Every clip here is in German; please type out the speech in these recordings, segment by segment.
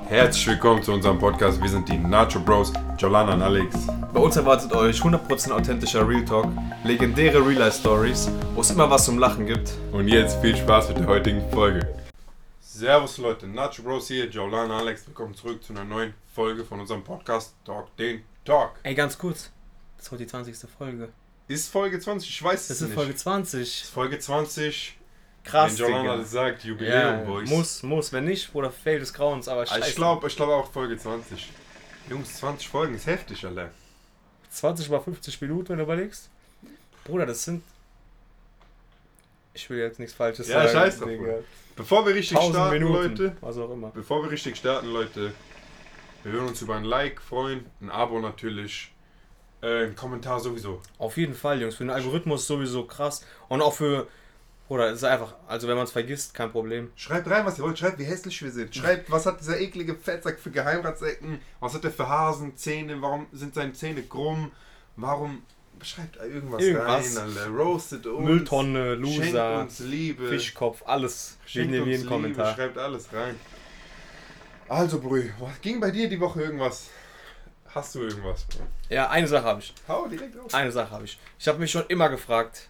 Herzlich willkommen zu unserem Podcast. Wir sind die Nacho Bros, Jolana und Alex. Bei uns erwartet euch 100% authentischer Real Talk, legendäre Real-Life-Stories, wo es immer was zum Lachen gibt. Und jetzt viel Spaß mit der heutigen Folge. Servus Leute, Nacho Bros hier, Jolana und Alex. Willkommen zurück zu einer neuen Folge von unserem Podcast Talk den Talk. Ey, ganz kurz, das ist heute die 20. Folge. Ist Folge 20? Ich weiß es Das nicht. ist Folge 20. Das ist Folge 20. Krass, wenn Jolana Digga. das sagt, Jubiläum, Boys. Muss. Wenn nicht, Bruder, Fail des Grauens, aber scheiße. Ich glaube auch Folge 20. Jungs, 20 Folgen ist heftig, Alter. 20 mal 50 Minuten, wenn du überlegst. Bruder, das sind... Ich will jetzt nichts Falsches sagen. Ja, scheiß drauf. Bevor wir richtig starten, Minuten, Leute. was auch immer. Bevor wir richtig starten, Leute. Wir würden uns über ein Like freuen, ein Abo natürlich, ein Kommentar sowieso. Auf jeden Fall, Jungs. Für den Algorithmus sowieso krass. Und auch für... Oder es ist einfach, also wenn man es vergisst, kein Problem. Schreibt rein, was ihr wollt. Schreibt, wie hässlich wir sind. Schreibt, was hat dieser eklige Fettsack für Geheimratsecken? Was hat der für Hasenzähne? Warum sind seine Zähne krumm? Warum... Schreibt irgendwas rein, Alter. Roastet uns. Mülltonne, Loser, Schenkt uns Liebe. Fischkopf, alles. Schenkt Steht in uns jedem Liebe. Kommentar. Schreibt alles rein. Also, Brü, was ging bei dir die Woche irgendwas? Hast du irgendwas, Bro? Ja, eine Sache habe ich. Hau direkt raus. Eine Sache habe ich. Ich habe mich schon immer gefragt,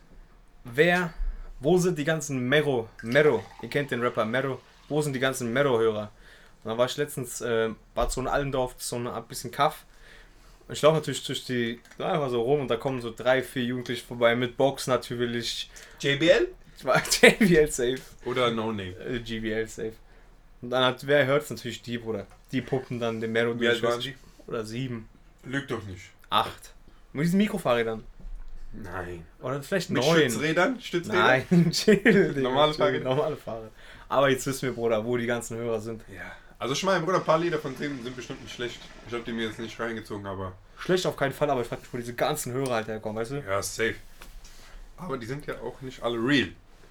wo sind die ganzen Mero, ihr kennt den Rapper Mero, wo sind die ganzen Mero-Hörer? Und dann war ich letztens, war zu einem Allendorf, so ein bisschen Kaff. Und ich laufe natürlich durch die, einfach so rum und da kommen so 3, 4 Jugendliche vorbei, mit Box natürlich. JBL? Ich war JBL safe. Oder No Name? GBL safe. Und dann wer hört es natürlich die, Bruder. Die puppen dann den Mero Wie alt waren die? Oder 7. Lügt doch nicht. 8. Mit diesen Mikrofahrrädern. Nein. Oder vielleicht Mit 9. Stützrädern? Stützrädern? Nein, chill. Normale Fahrräder? Normale Fahrräder. Aber jetzt wissen wir, Bruder, wo die ganzen Hörer sind. Ja. Also ich meine, Bruder, ein paar Lieder von denen sind bestimmt nicht schlecht. Ich habe die mir jetzt nicht reingezogen, aber... Schlecht auf keinen Fall, aber ich frage mich, wo diese ganzen Hörer halt herkommen, weißt du? Ja, safe. Aber die sind ja auch nicht alle real.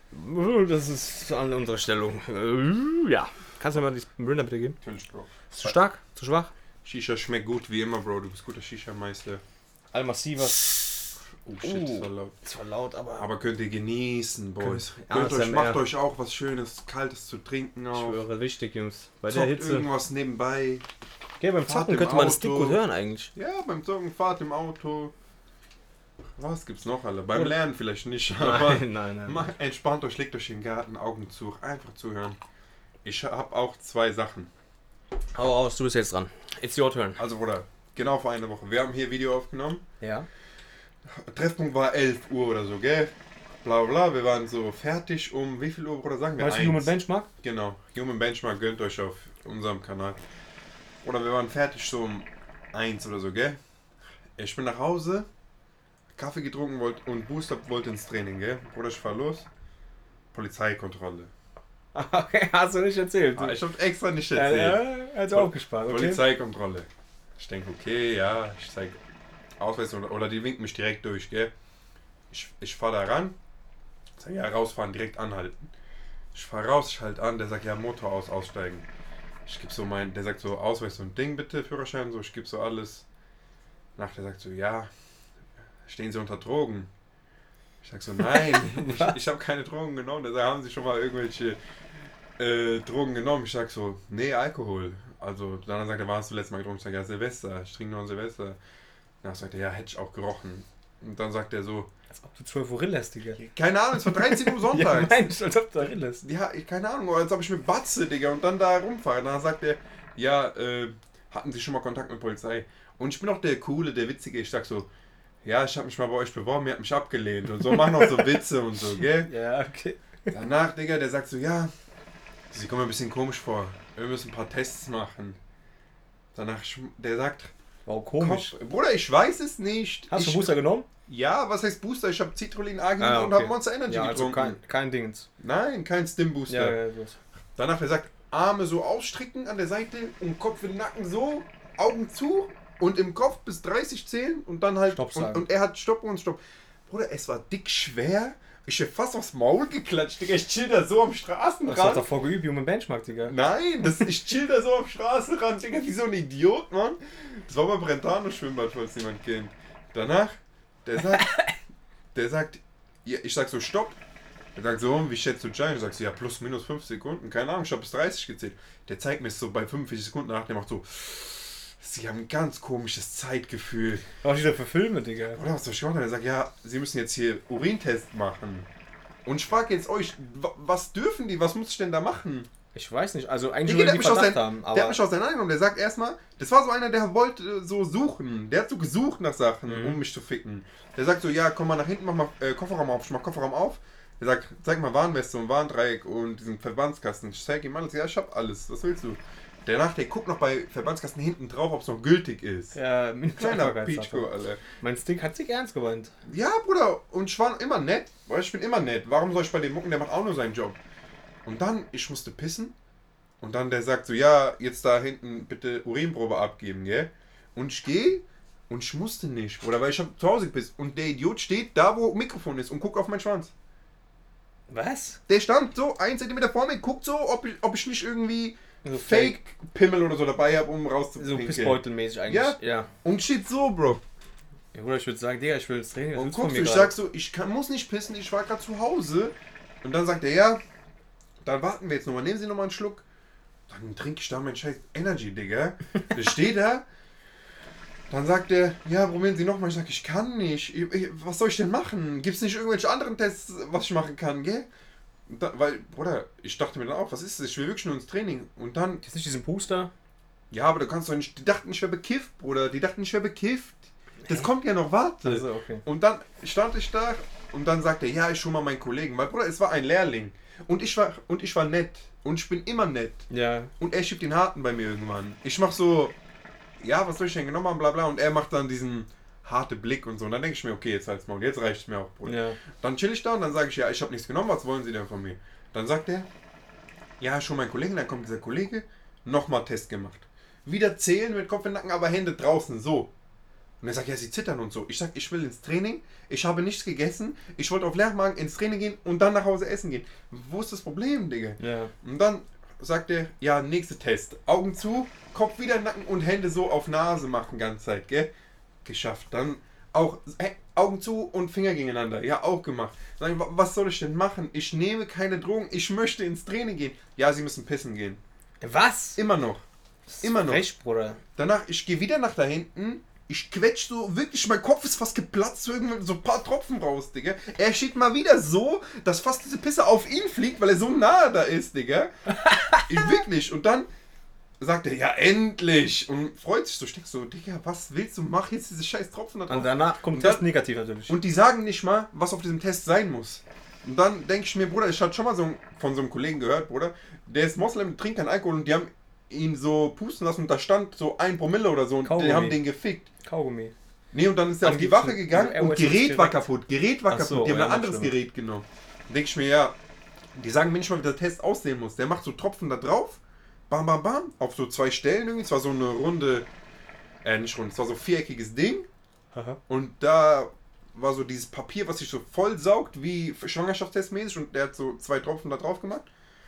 Das ist an unserer Stellung. Ja. Kannst du mir mal die Bründer bitte geben? Natürlich, Bro. Ist zu stark? Zu schwach? Shisha schmeckt gut wie immer, Bro. Du bist guter Shisha-Meister. Al-Massivas. Oh shit, das war laut. Das war laut, aber... Aber könnt ihr genießen, Boys. ASMR. Macht euch auch was Schönes, Kaltes zu trinken Ich auf. schwöre, wichtig, Jungs. Bei Zockt der Hitze. irgendwas nebenbei. Okay, beim Fahrt Zocken im könnte man das Ding Auto. gut hören eigentlich. Ja, beim Zocken, Fahrt im Auto. Was gibt's noch alle? Beim Lernen vielleicht nicht, aber Nein. entspannt euch, legt euch in den Garten, Augen zu, einfach zuhören. Ich habe auch 2 Sachen. Hau raus, du bist jetzt dran. It's your turn. Also, Bruder, genau vor einer Woche. Wir haben hier Video aufgenommen. Ja. Treffpunkt war 11 Uhr oder so, gell? Bla bla, wir waren so fertig um wie viel Uhr, Bruder, sagen wir? Weißt du 1. Human Benchmark? Genau, Human Benchmark gönnt euch auf unserem Kanal. Oder wir waren fertig so um 1 oder so, gell? Ich bin nach Hause, Kaffee getrunken und Booster wollte ins Training, gell? Bruder, ich fahr los. Polizeikontrolle. Okay, hast du nicht erzählt. Ich hab extra nicht erzählt. Ja, hat aufgespart, okay. Polizeikontrolle. Ich denke, okay, ja, ich zeig Ausweis oder die winken mich direkt durch, gell? Ich fahr da ran, sag ja, rausfahren, direkt anhalten. Ich fahr raus, ich halt an, der sagt ja, Motor aussteigen. Ich geb so der sagt so, Ausweis und Ding bitte, Führerschein, so, ich geb so alles. Der sagt so, ja, stehen Sie unter Drogen? Ich sag so, nein, ich habe keine Drogen genommen. Der sagt, haben Sie schon mal irgendwelche Drogen genommen? Ich sag so, nee, Alkohol. Also, dann sagt er, warst du letztes Mal getrunken? Ich sag, ja, Silvester, ich trinke nur ein Silvester. Dann sagt er, ja, hätte ich auch gerochen. Und dann sagt er so, als ob du 12 Uhr lässt, Digga. keine Ahnung, es war 13 Uhr sonntags. Ja, nein, als ob du lässt. Ja, keine Ahnung, als ob ich mit Batze, Digga, und dann da rumfahre. Dann sagt er, ja, hatten Sie schon mal Kontakt mit Polizei? Und ich bin auch der Coole, der Witzige. Ich sag so, ja, ich habe mich mal bei euch beworben, ihr habt mich abgelehnt. Und so, machen auch so Witze und so, gell? Ja, okay. Danach, Digga, der sagt so, ja, Sie kommen mir ein bisschen komisch vor. Wir müssen ein paar Tests machen. Danach, der sagt, wow, komisch. Bruder, ich weiß es nicht. Hast du Booster genommen? Ja, was heißt Booster? Ich habe Citrullin A genommen und okay. habe Monster Energy getrunken. Also kein Dingens. Nein, kein Stim-Booster. Ja, gut. Danach, der sagt, Arme so ausstrecken an der Seite und Kopf in den Nacken so, Augen zu und im Kopf bis 30 zählen und dann halt... Stopp sagen. Und er hat Stopp und Stopp. Bruder, es war dick schwer. Ich hab fast aufs Maul geklatscht, Digga. Ich chill da so am Straßenrand. Du hast davor geübt, Human Benchmark, Digga. Nein, ich chill da so am Straßenrand, Digga, wie so ein Idiot, Mann. Das war beim Brentano-Schwimmbad, falls jemand kennt. Danach, der sagt, ja, ich sag so, stopp. Er sagt so, wie schätzt du Giant? Du sagst, ja, plus minus 5 Sekunden, keine Ahnung, ich habe bis 30 gezählt. Der zeigt mir es so bei 45 Sekunden nach, der macht so, sie haben ein ganz komisches Zeitgefühl. Was ist das für Filme, Digga? Oder was soll ich machen? Er sagt, ja, sie müssen jetzt hier Urintest machen. Und ich frage jetzt euch, was dürfen die, was muss ich denn da machen? Ich weiß nicht, also eigentlich Der nur die Verdacht haben, aber... Der hat mich auseinandergenommen, der sagt erstmal, das war so einer, der wollte so suchen, der hat so gesucht nach Sachen, um mich zu ficken. Der sagt so, ja, komm mal nach hinten, mach mal Kofferraum auf, ich mach Kofferraum auf. Der sagt, zeig mal Warnweste und Warndreieck und diesen Verbandskasten. Ich zeig ihm alles, ja, ich hab alles, was willst du? Danach, der guckt noch bei Verbandskasten hinten drauf, ob es noch gültig ist. Ja, Kleiner Peachko, Alter. Mein Stick hat sich ernst gemeint. Ja, Bruder, und ich war immer nett, weil ich bin immer nett. Warum soll ich bei dem mucken, der macht auch nur seinen Job. Und dann, ich musste pissen. Und dann der sagt so, ja, jetzt da hinten bitte Urinprobe abgeben, gell? Und ich gehe und ich musste nicht, Bruder, weil ich hab zu Hause gepisst. Und der Idiot steht da, wo Mikrofon ist und guckt auf meinen Schwanz. Was? Der stand so 1 Zentimeter vor mir, guckt so, ob ich nicht irgendwie So Fake-Pimmel oder so dabei habe, um So rauszupinkeln. Pissbeutelmäßig eigentlich. Ja. Und steht so, Bro. Ja, Bruder, ich würde sagen, Digga, ich will das Training. Und guckst du, ich sag so, muss nicht pissen, ich war gerade zu Hause. Und dann sagt er, ja, dann warten wir jetzt nochmal, nehmen Sie nochmal einen Schluck. Dann trinke ich da meinen scheiß Energy, Digga. Der steht da. Dann sagt er, ja, probieren Sie nochmal. Ich sag, ich kann nicht. Was soll ich denn machen? Gibt's nicht irgendwelche anderen Tests, was ich machen kann, gell? Weil, Bruder, ich dachte mir dann auch, was ist das? Ich will wirklich nur ins Training. Und dann... Ist nicht diesen Puster? Ja, aber du kannst doch nicht... Die dachten, ich wäre bekifft, Bruder. Die dachten, ich wäre bekifft. Das kommt ja noch, warte. Also, okay. Und dann stand ich da und dann sagte er, ja, ich schul mal meinen Kollegen. Weil, Bruder, es war ein Lehrling. Und ich war nett. Und ich bin immer nett. Ja. Und er schiebt den Harten bei mir irgendwann. Ich mach so, ja, was soll ich denn genommen haben, bla bla. Und er macht dann diesen harte Blick und so. Und dann denke ich mir, okay, jetzt halt's mal. Und jetzt reicht es mir auch, Bruder. Ja. Dann chill ich da und dann sage ich, ja, ich habe nichts genommen, was wollen Sie denn von mir? Dann sagt er, ja, schon mein Kollege. Dann kommt dieser Kollege, nochmal Test gemacht. Wieder zählen mit Kopf in den Nacken, aber Hände draußen, so. Und er sagt, ja, Sie zittern und so. Ich sag, ich will ins Training, ich habe nichts gegessen, ich wollte auf Leermagen ins Training gehen und dann nach Hause essen gehen. Wo ist das Problem, Digga? Ja. Und dann sagt er, ja, nächster Test. Augen zu, Kopf wieder in den Nacken und Hände so auf Nase machen ganze Zeit, gell? Geschafft. Dann auch Augen zu und Finger gegeneinander. Ja, auch gemacht. Sag ich, was soll ich denn machen? Ich nehme keine Drogen, ich möchte ins Training gehen. Ja, Sie müssen pissen gehen. Was? Immer noch. Immer noch. Frech, Bruder. Danach, ich gehe wieder nach da hinten. Ich quetsch so, wirklich, mein Kopf ist fast geplatzt, so irgendwie so ein paar Tropfen raus, Digga. Er steht mal wieder so, dass fast diese Pisse auf ihn fliegt, weil er so nahe da ist, Digga. Wirklich. Und dann sagt er, ja, endlich. Und freut sich so, ich denk so, Digga, was willst du? Mach jetzt diese scheiß Tropfen da drauf. Und danach kommt Und das dann- negativ natürlich. Und die sagen nicht mal, was auf diesem Test sein muss. Und dann denke ich mir, Bruder, ich hatte schon mal von so einem Kollegen gehört, Bruder, der ist Moslem, trinkt keinen Alkohol und die haben ihn so pusten lassen und da stand so 1 Promille oder so und Kaugummi. die haben den gefickt. Kaugummi. Nee, und dann ist er auf die Wache gegangen und Gerät war kaputt. Gerät war Ach so, kaputt. Die haben ja, ein anderes schlimm. Gerät genommen. Dann denke ich mir, ja, die sagen mir nicht mal, wie der Test aussehen muss. Der macht so Tropfen da drauf, bam, bam, bam, auf so 2 Stellen irgendwie. Es war so eine runde, nicht rund, es war so viereckiges Ding. Aha. Und da war so dieses Papier, was sich so voll saugt, wie Schwangerschaftstestmäßig. Und der hat so 2 Tropfen da drauf gemacht.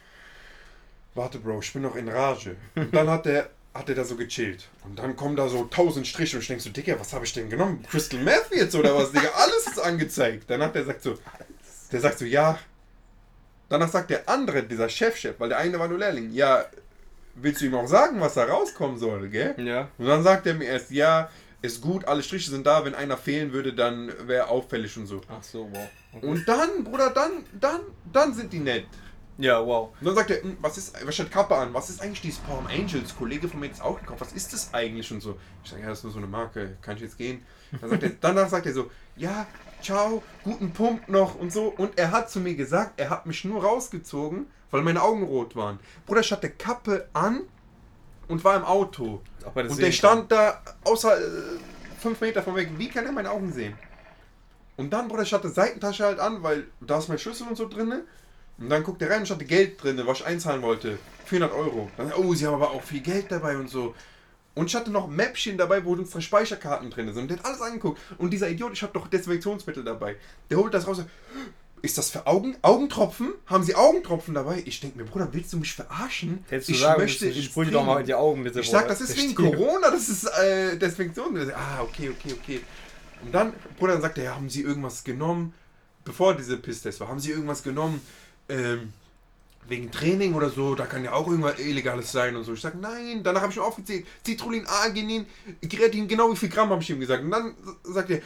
Warte, Bro, ich bin noch in Rage. Und dann hat er da so gechillt. Und dann kommen da so 1000 Striche und ich denke so, Digga, was habe ich denn genommen? Crystal Meth jetzt oder was, Digga? Alles ist angezeigt. Danach der sagt so, ja. Danach sagt der andere, dieser Chef, weil der eine war nur Lehrling, ja, willst du ihm auch sagen, was da rauskommen soll, gell? Ja. Und dann sagt er mir erst, ja, ist gut, alle Striche sind da, wenn einer fehlen würde, dann wäre auffällig und so. Ach so, wow. Okay. Und dann, Bruder, dann sind die nett. Ja, wow. Und dann sagt er, was steht Kappe an? Was ist eigentlich dieses Palm Angels? Kollege von mir hat es auch gekauft. Was ist das eigentlich? Und so. Ich sage, ja, das ist nur so eine Marke. Kann ich jetzt gehen? Danach sagt er so, ja, ciao, guten Pump noch und so. Und er hat zu mir gesagt, er hat mich nur rausgezogen, weil meine Augen rot waren. Bruder, ich hatte Kappe an und war im Auto. Ob er das Und sehen der stand da außer 5 Meter von weg. Wie kann er meine Augen sehen? Und dann, Bruder, ich hatte Seitentasche halt an, weil da ist mein Schlüssel und so drin. Und dann guckt er rein und ich hatte Geld drin, was ich einzahlen wollte. 400 Euro. Dann, oh, sie haben aber auch viel Geld dabei und so. Und ich hatte noch Mäppchen dabei, wo unsere Speicherkarten drin sind. Und der hat alles angeguckt. Und dieser Idiot, ich habe doch Desinfektionsmittel dabei. Der holt das raus. Ist das für Augen? Augentropfen? Haben sie Augentropfen dabei? Ich denke mir, Bruder, willst du mich verarschen? Hättest du ich sagen möchte müssen, ich ins sprühe dir doch mal in die Augen, bitte. Ich sag, das ist wegen Corona, das ist Desinfektion. Ah, okay. Und dann, Bruder, dann sagt er, ja, haben sie irgendwas genommen? bevor diese Pisstest war, haben sie irgendwas genommen, wegen Training oder so, da kann ja auch irgendwas Illegales sein und so. Ich sage, nein, danach habe ich mir aufgezählt, Citrullin, Arginin, Kreatin, genau wie viel Gramm habe ich ihm gesagt. Und dann sagt er,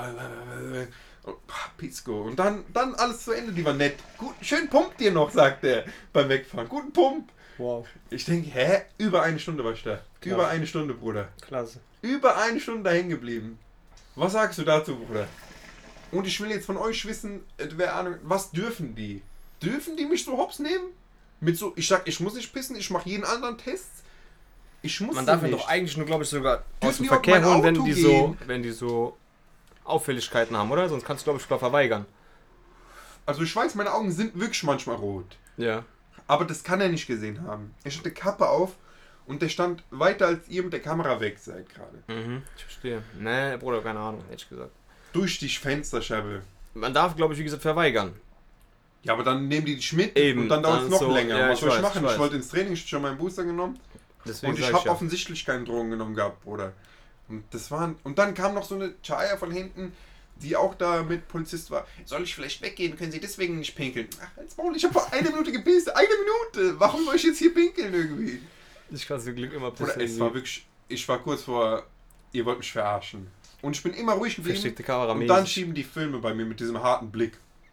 Pisco. Und dann alles zu Ende, die war nett. Gut, schön pumpt ihr noch, sagt er beim Wegfahren. Guten Pump. Wow. Ich denke, hä? Über eine Stunde war ich da. Klasse. Über eine Stunde, Bruder. Klasse. Über eine Stunde da hängen geblieben. Was sagst du dazu, Bruder? Und ich will jetzt von euch wissen, was dürfen die? Dürfen die mich so hops nehmen? Mit so, ich sag, ich muss nicht pissen, ich mache jeden anderen Test. Ich muss Man darf ihn nicht. doch eigentlich nur, glaube ich, sogar aus Dürfen dem die auf Verkehr mein holen, wenn Auto die, gehen? wenn die so Auffälligkeiten haben, oder? Sonst kannst du, glaube ich, sogar verweigern. Also ich weiß, meine Augen sind wirklich manchmal rot. Ja. Aber das kann er nicht gesehen haben. Ich hatte Kappe auf und der stand weiter als ihr mit der Kamera weg seid gerade. Mhm, ich verstehe. Nee, Bruder, keine Ahnung, hätte ich gesagt. Durch die Fensterscheibe. Man darf, glaube ich, wie gesagt, verweigern. Ja, aber dann nehmen die dich mit Eben, und dann dauert es dann noch so, länger. ja, Was soll ich ich machen? weiß. Ich wollte ins Training, ich habe schon meinen Booster genommen. Deswegen Und ich sag habe ja. offensichtlich keine Drogen genommen gehabt, Bruder. Und dann kam noch so eine Chaya von hinten, die auch da mit Polizist war. Soll ich vielleicht weggehen? Können Sie deswegen nicht pinkeln? Ach, als Maul, ich habe vor 1 Minute gepisst. 1 Minute! Warum soll ich jetzt hier pinkeln irgendwie? Ich kann zum Glück immer Bruder, pissen. es war wirklich, ich war kurz vor, ihr wollt mich verarschen. Und ich bin immer ruhig geblieben. Versteckte Kamera Und mäßig. dann schieben die Filme bei mir mit diesem harten Blick.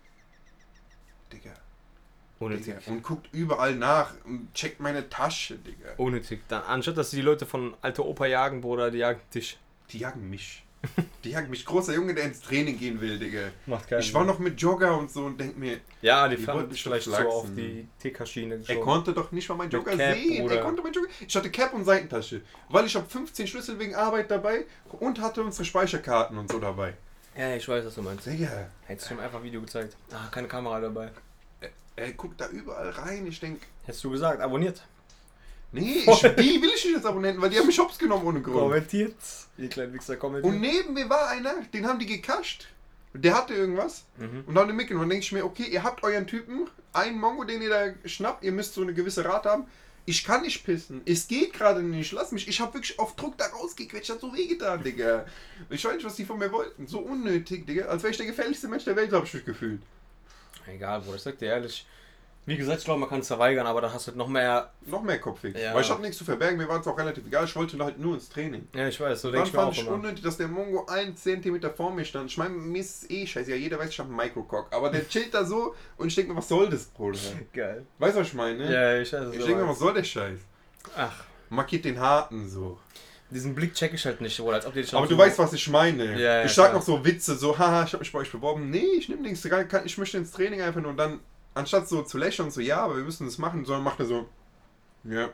Digga. Unnötig. Digga. Und guckt überall nach und checkt meine Tasche, Digga. Unnötig. Dann, anstatt dass die Leute von alter Opa jagen, Bruder, die jagen dich. Die jagen mich. Die jagen mich. Großer Junge, der ins Training gehen will, Digga. Macht keinen Ich war noch mit Jogger und so und denk mir, Ja, die Die fahren wollten dich mich vielleicht so flachsen. auf die TK-Schiene er geschoben. konnte doch nicht mal meinen Mit Jogger Cap, sehen. Bruder. Er konnte meinen Jogger. Ich hatte Cap und Seitentasche. Weil ich habe 15 Schlüssel wegen Arbeit dabei und hatte unsere Speicherkarten und so dabei. Ja, ich weiß, was du meinst. Digga. Hättest du ihm einfach Video gezeigt. Ah, keine Kamera dabei. Er guckt da überall rein. Ich denk, Hättest du gesagt, abonniert. nee, die will ich nicht als Abonnenten, weil die haben mich hops genommen ohne Grund. Kommentiert. Ihr kleinen Wichser, kommentiert. Und neben mir war einer, den haben die gekascht. Der hatte irgendwas und haben den mitgenommen. Dann denke ich mir, okay, ihr habt euren Typen, einen Mongo, den ihr da schnappt, ihr müsst so eine gewisse Rate haben. Ich kann nicht pissen. Es geht gerade nicht. Lass mich. Ich habe wirklich auf Druck da rausgequetscht. Hat so wehgetan, Digga. Ich weiß nicht, was die von mir wollten. So unnötig, Digga. Als wäre ich der gefährlichste Mensch der Welt, habe ich mich gefühlt. Egal, Bruder, ich sag dir ehrlich. Wie gesagt, ich glaube, man kann es verweigern, aber dann hast du noch mehr. Noch mehr Kopfweg. Ja. Weil ich habe nichts zu verbergen. Mir war es auch relativ egal. Ich wollte halt nur ins Training. Ja, ich weiß, so Dann denke ich mir fand auch ich immer. unnötig, dass der Mongo 1 Zentimeter vor mir stand. Ich meine, mir ist es eh scheiße. Ja, jeder weiß, ich habe einen Microcock. Aber der chillt da so und ich denke mir, was soll das, Bruder? Geil. Weißt du, was ich meine? Ja, ich weiß, Ich denke mir, was soll der Scheiß? Ach, Markiert den Harten so. diesen Blick check ich halt nicht, oder als ob die dich Aber so du weißt, was ich meine. Ja, ich sag klar. noch so Witze, so, haha, ich habe mich bei euch beworben. Nee, ich nehme nichts. Ich möchte ins Training einfach nur und dann, anstatt so zu lächeln und so, ja, aber wir müssen das machen, sondern macht er so, ja.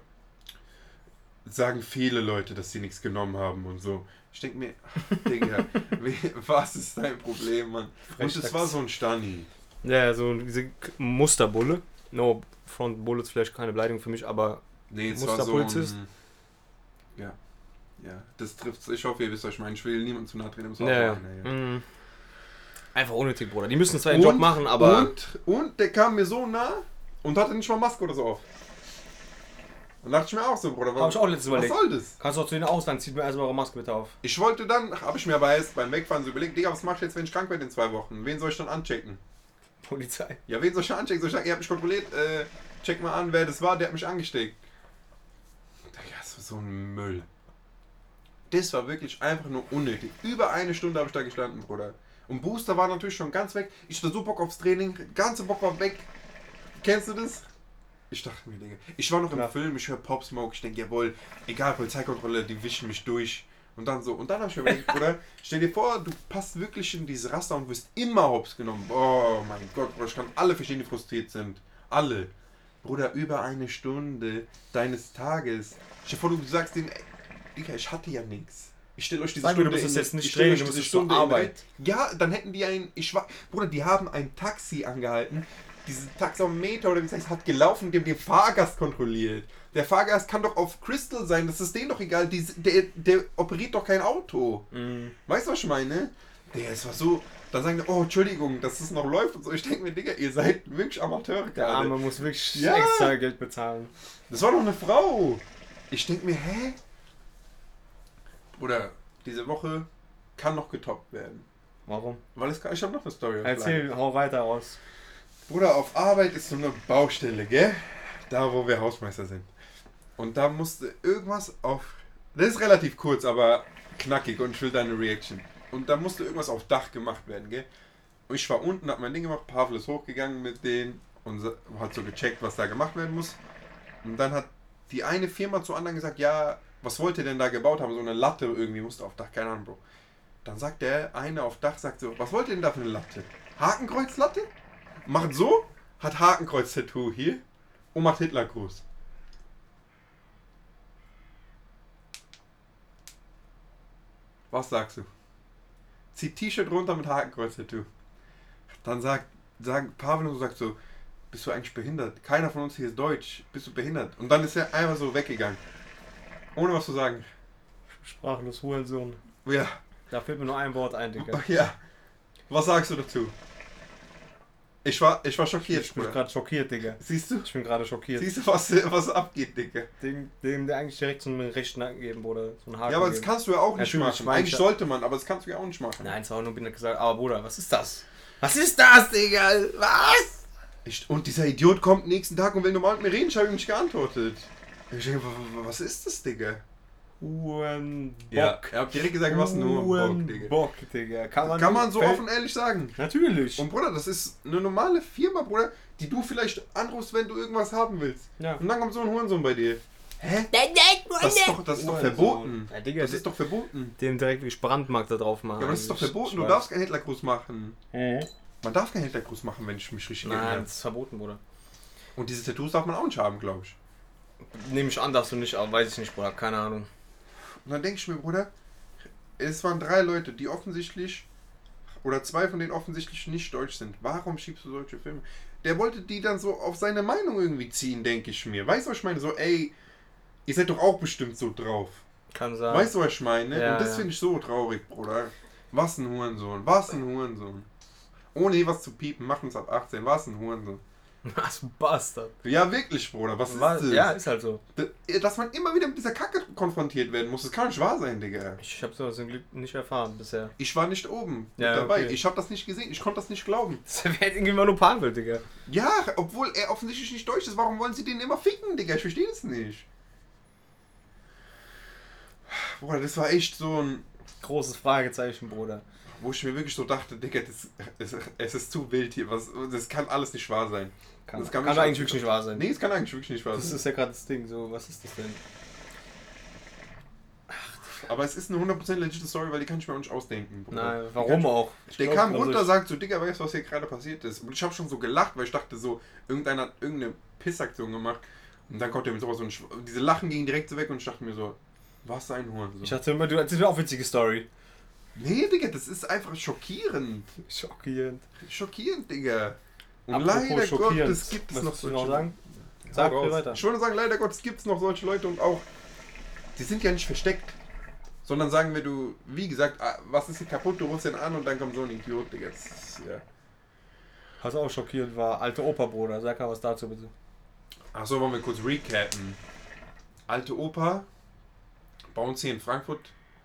Sagen viele Leute, dass sie nichts genommen haben und so. Ich denke mir, Digga, was ist dein Problem, Mann? Und es war so ein Stani. Ja, so diese Musterbulle. No Front Bullets, vielleicht keine Beleidigung für mich, aber Nee, es war so Musterpolizist? ein, ja. Ja, das trifft's. Ich hoffe, ihr wisst, was ich meine. Ich will niemandem zu nahe treten. Das war ja. auch einer, ja. Mhm. Einfach unnötig, Bruder. Die müssen zwar ihren Job machen, aber. Und der kam mir so nah und hatte nicht mal Maske oder so auf. Dann dachte ich mir auch so, Bruder, Hab ich auch letztens was überlegt. soll das? Kannst du auch zu denen ausleihen, zieht mir erstmal eure Maske bitte auf. Ich wollte dann, habe ich mir aber erst beim Wegfahren so überlegt, Digga, was mach ich jetzt, wenn ich krank werde in 2 Wochen? Wen soll ich dann anchecken? Polizei. Ja, wen soll ich dann anchecken? Soll ich sagen, ihr habt mich kontrolliert, check mal an, wer das war, der hat mich angesteckt. Digga, das war so ein Müll. Das war wirklich einfach nur unnötig. Über 1 Stunde habe ich da gestanden, Bruder. Und Booster war natürlich schon ganz weg. Ich hatte so Bock aufs Training, ganze Bock war weg. Kennst du das? Ich dachte mir, Digga. Ich war noch im Ja. Film, ich höre Pop Smoke, ich denke, jawohl, egal, Polizeikontrolle, die wischen mich durch. Und dann so. Und dann habe ich mir überlegt, Bruder, stell dir vor, du passt wirklich in diese Raster und wirst immer hops genommen. Oh mein Gott, Bruder, ich kann alle verstehen, die frustriert sind. Alle. Bruder, über 1 Stunde deines Tages. Stell dir vor, du sagst denen, ey, Digga, ich hatte ja nichts. Ich stelle euch diese Sag mir, Stunde du musst in- jetzt nicht ich stell Training, euch du musst diese jetzt zur Stunde in- Arbeit. Ja, dann hätten die Bruder, die haben ein Taxi angehalten. Diese Taxometer oder wie das heißt, hat gelaufen und die haben den Fahrgast kontrolliert. Der Fahrgast kann doch auf Crystal sein, das ist denen doch egal. Der operiert doch kein Auto. Mhm. Weißt du, was ich meine? Es war so. Dann sagen die, oh, Entschuldigung, dass es noch läuft und so. Ich denke mir, Digga, ihr seid wirklich Amateure Der gerade. Arme muss wirklich Ja. extra Geld bezahlen. Das war doch eine Frau. Ich denke mir, hä? Bruder, diese Woche kann noch getoppt werden. Warum? Ich habe noch eine Story. auf Lager. Erzähl, hau weiter raus. Bruder, auf Arbeit ist so eine Baustelle, gell? Da, wo wir Hausmeister sind. Und da musste irgendwas auf... Das ist relativ kurz, aber knackig und ich will deine Reaction. Und da musste irgendwas auf Dach gemacht werden, gell? Und ich war unten, hab mein Ding gemacht, Pavel ist hochgegangen mit denen und hat so gecheckt, was da gemacht werden muss. Und dann hat die eine Firma zur anderen gesagt, ja, was wollt ihr denn da gebaut haben? So eine Latte irgendwie musste auf Dach, keine Ahnung, Bro. Dann sagt der eine auf Dach, sagt so, was wollt ihr denn da für eine Latte? Hakenkreuzlatte? Macht so, hat Hakenkreuz-Tattoo hier und macht Hitlergruß. Was sagst du? Zieht T-Shirt runter mit Hakenkreuz-Tattoo. Dann sagen Pavel und so, sagt so, bist du eigentlich behindert? Keiner von uns hier ist deutsch. Bist du behindert? Und dann ist er einfach so weggegangen. Ohne was zu sagen. Sprachlos Hurensohn. Ja. Da fällt mir nur ein Wort ein, Digga. Ja. Was sagst du dazu? Ich war schockiert, Ich bin Bruder. gerade schockiert, Digga. Siehst du? Ich bin gerade schockiert. Siehst du, was abgeht, Digga? Dem der eigentlich direkt so einen rechten Nacken geben, Bruder. So einen Haken Ja, aber das geben. kannst du ja auch nicht Natürlich, machen. mein Eigentlich Schatz. sollte man, aber das kannst du ja auch nicht machen. Nein, es war nur gesagt, aber Bruder, was ist das? Was ist das, Digga? Was? Und dieser Idiot kommt nächsten Tag und will normal mit mir reden, ich habe ihm nicht geantwortet. Ich denke, was ist das, Digga? Hurenbock. Ja, er hat direkt gesagt, was ein Hurenbock, Digga. Hurenbock, Digga. Kann man so offen ehrlich sagen. Natürlich. Und Bruder, das ist eine normale Firma, Bruder, die du vielleicht anrufst, wenn du irgendwas haben willst. Ja. Und dann kommt so ein Hurensohn bei dir. Hä? Das ist doch Hurensohn. verboten. Ja, Digga, Das ist doch verboten. dem direkt wie Brandmarkt da drauf machen. Ja, aber das ist doch eigentlich. verboten. Du Ich darfst keinen Hitlergruß machen. weiß. Man darf keinen Hitlergruß machen, wenn ich mich richtig Nein, erinnere. das ist verboten, Bruder. Und diese Tattoos darf man auch nicht haben, glaube ich. Nehme ich an, darfst du nicht, aber weiß ich nicht, Bruder. Keine Ahnung. Und dann denke ich mir, Bruder, es waren 3 Leute, die offensichtlich, oder 2 von denen offensichtlich nicht deutsch sind. Warum schiebst du solche Filme? Der wollte die dann so auf seine Meinung irgendwie ziehen, denke ich mir. Weißt du, was ich meine? So, ey, ihr seid doch auch bestimmt so drauf. Kann sein. Weißt du, was ich meine? Ja, und das ja. finde ich so traurig, Bruder. Was ein Hurensohn, was ein Hurensohn. Ohne je was zu piepen, machen uns ab 18, was ein Hurensohn. Was ein Bastard. Ja, wirklich, Bruder, was ist das? Ja, ist halt so. Dass man immer wieder mit dieser Kacke konfrontiert werden muss, das kann nicht wahr sein, Digga. Ich habe sowas zum Glück nicht erfahren bisher. Ich war nicht oben mit Ja, dabei. okay. Ich habe das nicht gesehen. Ich konnte das nicht glauben. Das wäre irgendwie mal nur Pavel, Digga. Ja, obwohl er offensichtlich nicht deutsch ist. Warum wollen sie den immer ficken, Digga? Ich verstehe das nicht. Bruder, das war echt so ein... Großes Fragezeichen, Bruder. Wo ich mir wirklich so dachte, Digga, es ist zu wild hier. Das kann alles nicht wahr sein. Kann Das eigentlich wirklich nicht wahr sein. Nee, es kann eigentlich wirklich nicht wahr Das sein. ist ja gerade das Ding. So, was ist das denn? Aber es ist eine 100% legit Story, weil die kann ich mir auch nicht ausdenken. Bruder. Nein, warum auch? Ich Der glaub, kam also runter, ich- sagt so, Digga, weißt du, was hier gerade passiert ist? Und ich habe schon so gelacht, weil ich dachte so, irgendeiner hat irgendeine Pissaktion gemacht. Und dann kommt er mit sowas und diese Lachen gingen direkt so weg und ich dachte mir so, was ein Hurensohn. Ich dachte immer, du erzählst mir auch witzige Story. Nee, Digga, das ist einfach schockierend. Schockierend. Schockierend, Digga. Und Apropos leider schockierend. Gottes gibt es Was noch willst du solche noch sagen? Hau Sag raus. mir weiter. Ich wollte sagen, leider Gottes gibt es noch solche Leute und auch, die sind ja nicht versteckt. Sondern sagen wir, du, wie gesagt, was ist hier kaputt, du rufst den an und dann kommt so ein Idiot, Digga. Das ist, ja. Was auch schockierend war, alte Opa, Bruder. Sag mal was dazu bitte. Achso, wollen wir kurz recappen. Alte Opa, bei uns hier in Frankfurt,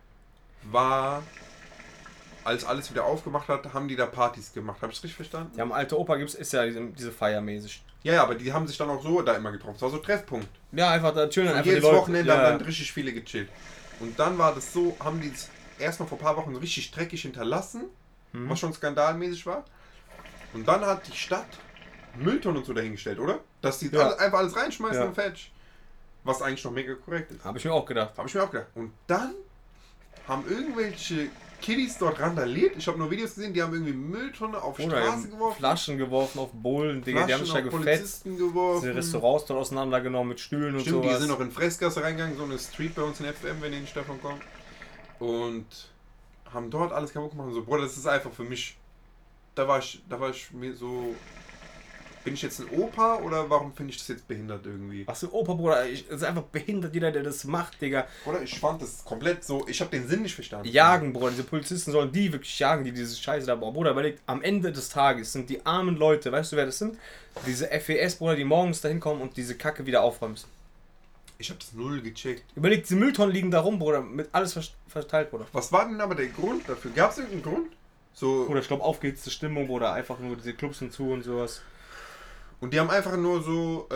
war, als alles wieder aufgemacht hat, haben die da Partys gemacht. Hab ich richtig verstanden? Ja, am alte Opa gibt's, ist ja diese Feier mäßig. Ja, aber die haben sich dann auch so da immer getroffen. Es war so Treffpunkt. Ja, einfach da chillen Und einfach jedes die Leute. Wochenende ja, haben dann richtig viele gechillt. Und dann war das so, haben die es erstmal vor ein paar Wochen so richtig dreckig hinterlassen, was schon skandalmäßig war. Und dann hat die Stadt Mülltonnen und so dahingestellt, oder? Dass die Ja. einfach alles reinschmeißen Ja. und fertig. Was eigentlich noch mega korrekt ist. Habe ich mir auch gedacht. Habe ich mir auch gedacht. Und dann haben irgendwelche Kiddies dort randaliert. Ich habe nur Videos gesehen, die haben irgendwie Mülltonne auf Oder Straße geworfen. Flaschen geworfen auf Bullen, Digga. Die haben sich da Flaschen auf gefetzt. Polizisten geworfen. Diese Restaurants dort auseinandergenommen mit Stühlen und Stimmt, sowas. die sind noch in Fressgasse reingegangen, so eine Street bei uns in FM, wenn ihr nicht davon kommt. Und haben dort alles kaputt gemacht und so, Bruder, das ist einfach für mich. Da war ich mir so. Bin ich jetzt ein Opa oder warum finde ich das jetzt behindert irgendwie? Was für Opa, Bruder? Es ist einfach behindert, jeder, der das macht, Digga. Oder ich fand das komplett so. Ich habe den Sinn nicht verstanden. Jagen, Bruder. Diese Polizisten sollen die wirklich jagen, die diese Scheiße da bauen. Bruder, überlegt, am Ende des Tages sind die armen Leute, weißt du, wer das sind? Diese FES, Bruder, die morgens da hinkommen und diese Kacke wieder aufräumen müssen. Ich habe das null gecheckt. Überlegt, diese Mülltonnen liegen da rum, Bruder, mit alles verteilt, Bruder. Was war denn aber der Grund dafür? Gab es irgendeinen Grund? So, Oder ich glaube, aufgehitzte Stimmung oder einfach nur diese Clubs und zu und sowas. und die haben einfach nur so,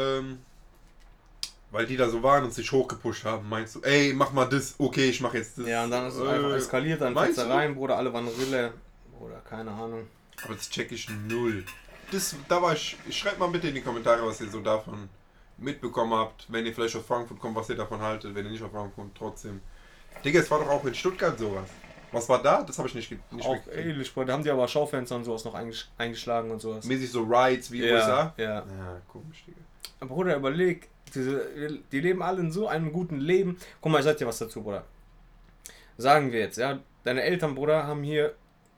weil die da so waren und sich hochgepusht haben, meinst du, ey, mach mal das, okay, ich mach jetzt das. Ja, und dann ist es einfach eskaliert, dann meinst fällt's du? da rein, Bruder, alle waren Rille. Oder keine Ahnung. Aber das check ich null. Da war ich, schreibt mal bitte in die Kommentare, was ihr so davon mitbekommen habt. Wenn ihr vielleicht aus Frankfurt kommt, was ihr davon haltet. Wenn ihr nicht aus Frankfurt kommt, trotzdem. Digga, es war doch auch in Stuttgart sowas. Was war da? Das habe ich nicht Auch ähnlich, Bruder. Da haben die aber Schaufenster und sowas noch eingeschlagen und sowas. mäßig so Rides wie Ja, USA. ja. Ja, komisch, Digga. Aber Bruder, überleg, die leben alle in so einem guten Leben. Guck mal, ich sag dir was dazu, Bruder. Sagen wir jetzt, ja, deine Eltern, Bruder, haben hier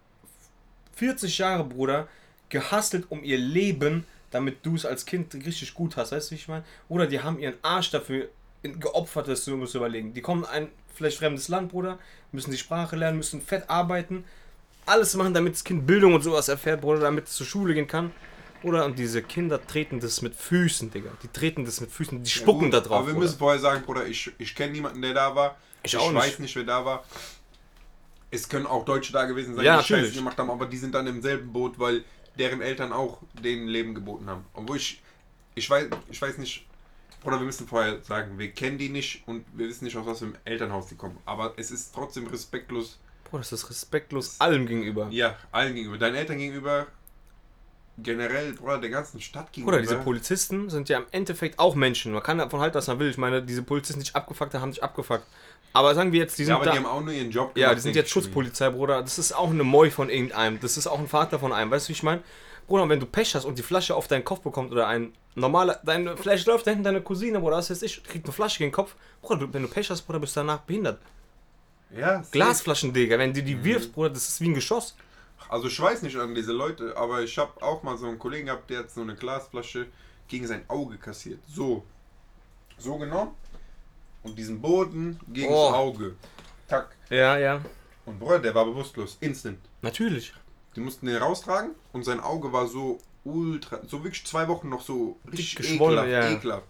40 Jahre, Bruder, gehustelt um ihr Leben, damit du es als Kind richtig gut hast, weißt du, wie ich meine? Oder die haben ihren Arsch dafür geopfert, dass du musst überlegen. Die kommen in ein vielleicht fremdes Land, Bruder, müssen die Sprache lernen, müssen fett arbeiten, alles machen, damit das Kind Bildung und sowas erfährt, Bruder, damit es zur Schule gehen kann. Oder und diese Kinder treten das mit Füßen, Digga. Die treten das mit Füßen, die spucken gut, da drauf. Aber wir Bruder. müssen vorher sagen, Bruder, ich kenne niemanden, der da war. Ich auch weiß nicht. nicht, wer da war. Es können auch Deutsche da gewesen sein, Ja, die Scheiße natürlich. gemacht haben, aber die sind dann im selben Boot, weil deren Eltern auch denen Leben geboten haben. Obwohl ich weiß nicht, Bruder, wir müssen vorher sagen, wir kennen die nicht und wir wissen nicht, aus was für einem Elternhaus die kommen. Aber es ist trotzdem respektlos. Bruder, das ist respektlos allem gegenüber. Ja, allen gegenüber. Deinen Eltern gegenüber, generell, Bruder, der ganzen Stadt gegenüber. Bruder, diese Polizisten sind ja im Endeffekt auch Menschen. Man kann davon halten, was man will. Ich meine, diese Polizisten, die sich abgefuckt haben, sich abgefuckt. Aber sagen wir jetzt, die sind ja, aber da, die haben auch nur ihren Job gemacht. ja, die sind jetzt denke ich Schutzpolizei, Bruder. Das ist auch eine Moi von irgendeinem. Das ist auch ein Vater von einem. Weißt du, wie ich meine? Bruder, wenn du Pech hast und die Flasche auf deinen Kopf bekommt oder ein normaler, vielleicht läuft da hinten deine Cousine, Bruder, was weiß ich, kriegt eine Flasche gegen den Kopf. Bruder, wenn du Pech hast, Bruder, bist du danach behindert. mir. Ja, safe. Glasflaschen, Digga, wenn du die wirfst, Bruder, das ist wie ein Geschoss. Also ich weiß nicht an diese Leute, aber ich habe auch mal so einen Kollegen gehabt, der hat so eine Glasflasche gegen sein Auge kassiert. So genommen und diesen Boden gegen Oh. das Auge. Tack. Ja, ja. Und Bruder, der war bewusstlos. Instant. Natürlich. Die mussten den raustragen und sein Auge war so ultra, so wirklich 2 Wochen noch so richtig geschwollen, ja. ekelhaft.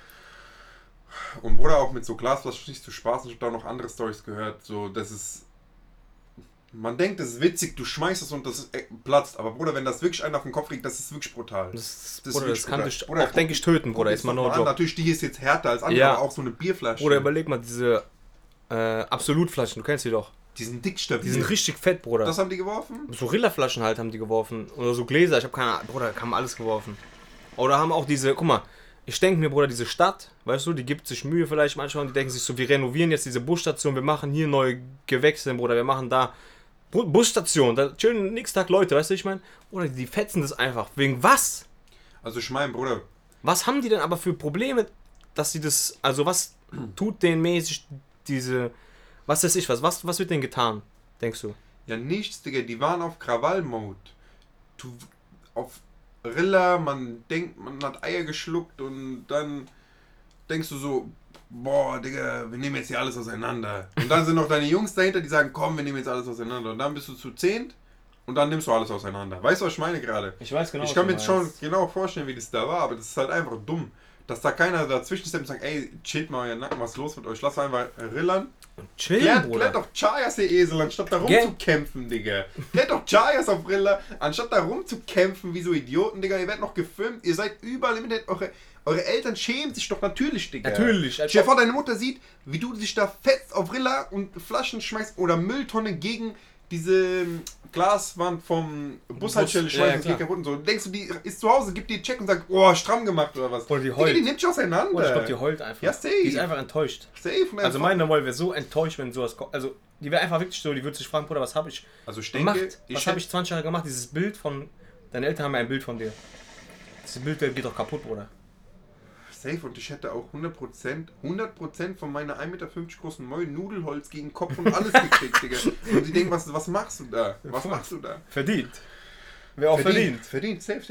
Und Bruder, auch mit so Glasflaschen nicht zu spaßen. Ich habe da noch andere Storys gehört. So, das ist. Man denkt, das ist witzig, du schmeißt es und das platzt. Aber Bruder, wenn das wirklich einen auf den Kopf kriegt, das ist wirklich brutal. Das, Das Bruder, ist das kann brutal. dich Bruder, auch, denke ich, töten, Bruder. Ist mal no joke. Natürlich, die ist jetzt härter als andere, Ja. aber auch so eine Bierflasche. Bruder, überleg mal, diese Absolutflaschen, du kennst die doch. die sind dick stabil. Die sind richtig fett, Bruder. Das haben die geworfen? So Rillerflaschen halt haben die geworfen. Oder so Gläser, ich habe keine Ahnung. Bruder, haben alles geworfen. Oder haben auch diese, guck mal, ich denke mir, Bruder, diese Stadt, weißt du, die gibt sich Mühe vielleicht manchmal und die denken sich so, wir renovieren jetzt diese Busstation, wir machen hier neue Gewächse, Bruder, wir machen da Busstation, da chillen nächsten Tag Leute, weißt du, ich meine? Oder die fetzen das einfach. Wegen was? Also ich meine, Bruder, Was haben die denn aber für Probleme, dass sie das, also was tut denen mäßig diese, was weiß ich, was wird denen getan, denkst du? ja nichts, Digga, die waren auf Krawall-Mode. Auf Rilla, man denkt, man hat Eier geschluckt und dann denkst du so, boah, Digga, wir nehmen jetzt hier alles auseinander. Und dann sind noch deine Jungs dahinter, die sagen, komm, wir nehmen jetzt alles auseinander. Und dann bist du zu 10 und dann nimmst du alles auseinander. Weißt du, was ich meine gerade? Ich weiß genau, Ich kann mir jetzt schon genau vorstellen, wie das da war, aber das ist halt einfach dumm. Dass da keiner dazwischen steht und sagt, ey, chillt mal euren Nacken, was ist los mit euch? Lasst einfach rillern. Chillen, Klärt doch Chayas, ihr Esel, anstatt da Gell? rumzukämpfen, Digga. Klärt doch Chayas auf Rilla, anstatt da rumzukämpfen wie so Idioten, Digga. Ihr werdet noch gefilmt, ihr seid überall im Internet. Eure Eltern schämen sich doch natürlich, Digga. Natürlich. Stell dir vor, deine Mutter sieht, wie du dich da fetzt auf Rilla und Flaschen schmeißt oder Mülltonne gegen diese Glaswand vom Bushaltestelle Bus, schmeißt ja, und klar. geht kaputt und so. Denkst du, die ist zu Hause, gibt dir Check und sagt, oh, stramm gemacht oder was? Oder die Digga, heult. die nimmt sich auseinander. Oder ich glaube, die heult einfach. Ja, safe. Die ist einfach enttäuscht. Safe. Und Also einfach- meine Wolle wäre so enttäuscht, wenn sowas kommt. Also die wäre einfach wirklich so, die würde sich fragen, Bruder, was habe ich Also ich gemacht? denke, Was habe ich 20 Jahre gemacht? Dieses Bild von, deine Eltern haben ja ein Bild von dir. Dieses Bild geht doch kaputt, Bruder. safe und ich hätte auch 100% von meiner 1,50 Meter großen Mäu Nudelholz gegen Kopf und alles gekriegt, Digga. Und die denken, was machst du da? Was machst du da? Verdient. Wäre auch verdient. Verdient, safe.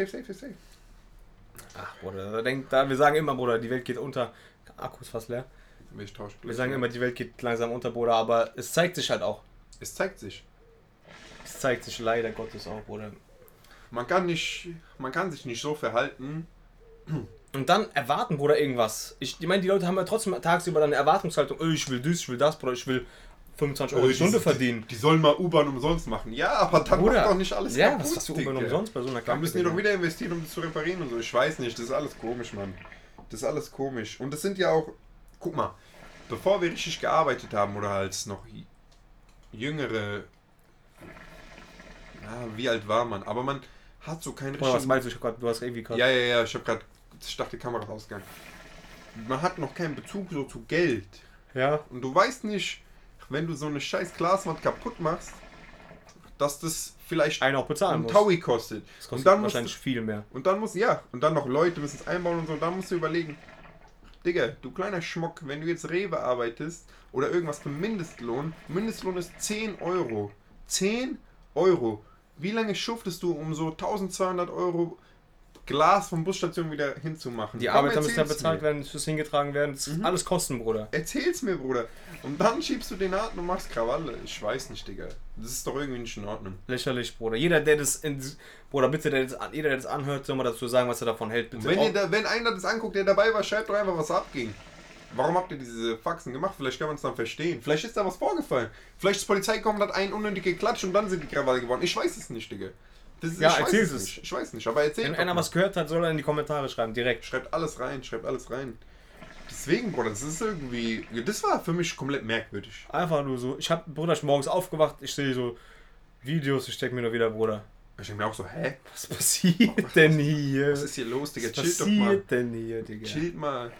Ach, Bruder, wir sagen immer, Bruder, die Welt geht unter. Akku ist fast leer. Ich tausche Wir sagen immer, die Welt geht langsam unter, Bruder, aber es zeigt sich halt auch. es zeigt sich. Es zeigt sich leider Gottes auch, Bruder. Man kann sich nicht so verhalten. Und dann erwarten, Bruder, irgendwas. Ich meine, die Leute haben ja trotzdem tagsüber dann eine Erwartungshaltung. Oh, ich will das, Bruder. Ich will 25 Euro die Stunde verdienen. Die sollen mal U-Bahn umsonst machen. Ja, aber dann macht doch nicht alles ja, kaputt. was hast du U-Bahn umsonst bei so einer Kacke? Da müssen die doch wieder investieren, um das zu reparieren und so. Ich weiß nicht, das ist alles komisch, Mann. Das ist alles komisch. Und das sind ja auch, guck mal, bevor wir richtig gearbeitet haben oder als noch jüngere, ja, wie alt war man? Aber man hat so keinen richtigen... was meinst du? Du hast irgendwie gerade... Ja, ich dachte, die Kamera ist ausgegangen. Man hat noch keinen Bezug so zu Geld. Ja. Und du weißt nicht, wenn du so eine scheiß Glaswand kaputt machst, dass das vielleicht einen auch bezahlen einen muss. Taui kostet. Das kostet und dann wahrscheinlich viel mehr. Und dann noch Leute müssen es einbauen und so. Und dann musst du überlegen, Digga, du kleiner Schmock, wenn du jetzt Rewe arbeitest oder irgendwas für Mindestlohn ist 10 Euro. 10 Euro. Wie lange schuftest du, um so 1200 Euro Glas vom Busstation wieder hinzumachen? Die Arbeiter müssen ja bezahlt werden, es muss hingetragen werden, das ist alles Kosten, Bruder. Erzähl's mir, Bruder. Und dann schiebst du den Arten und machst Krawalle. Ich weiß nicht, Digga. Das ist doch irgendwie nicht in Ordnung. Lächerlich, Bruder. Jeder, der das jeder, der das anhört, soll mal dazu sagen, was er davon hält. Bitte. Wenn einer das anguckt, der dabei war, schreibt doch einfach, was abging. Warum habt ihr diese Faxen gemacht? Vielleicht kann man es dann verstehen. Vielleicht ist da was vorgefallen. Vielleicht ist die Polizei gekommen und hat einen unnötig geklatscht und dann sind die Krawalle geworden. Ich weiß es nicht, Digga. Erzähl es. Ich weiß nicht, aber erzähl. Wenn einer was gehört hat, soll er in die Kommentare schreiben, direkt. Schreibt alles rein. Deswegen, Bruder, das ist irgendwie... Das war für mich komplett merkwürdig. Einfach nur so. Ich bin morgens aufgewacht, ich sehe so Videos, ich denke mir nur wieder, Bruder. Ich denke mir auch so, hä? Was passiert denn hier? Was ist hier los, Digga? Was passiert denn hier, Digga? Chillt mal.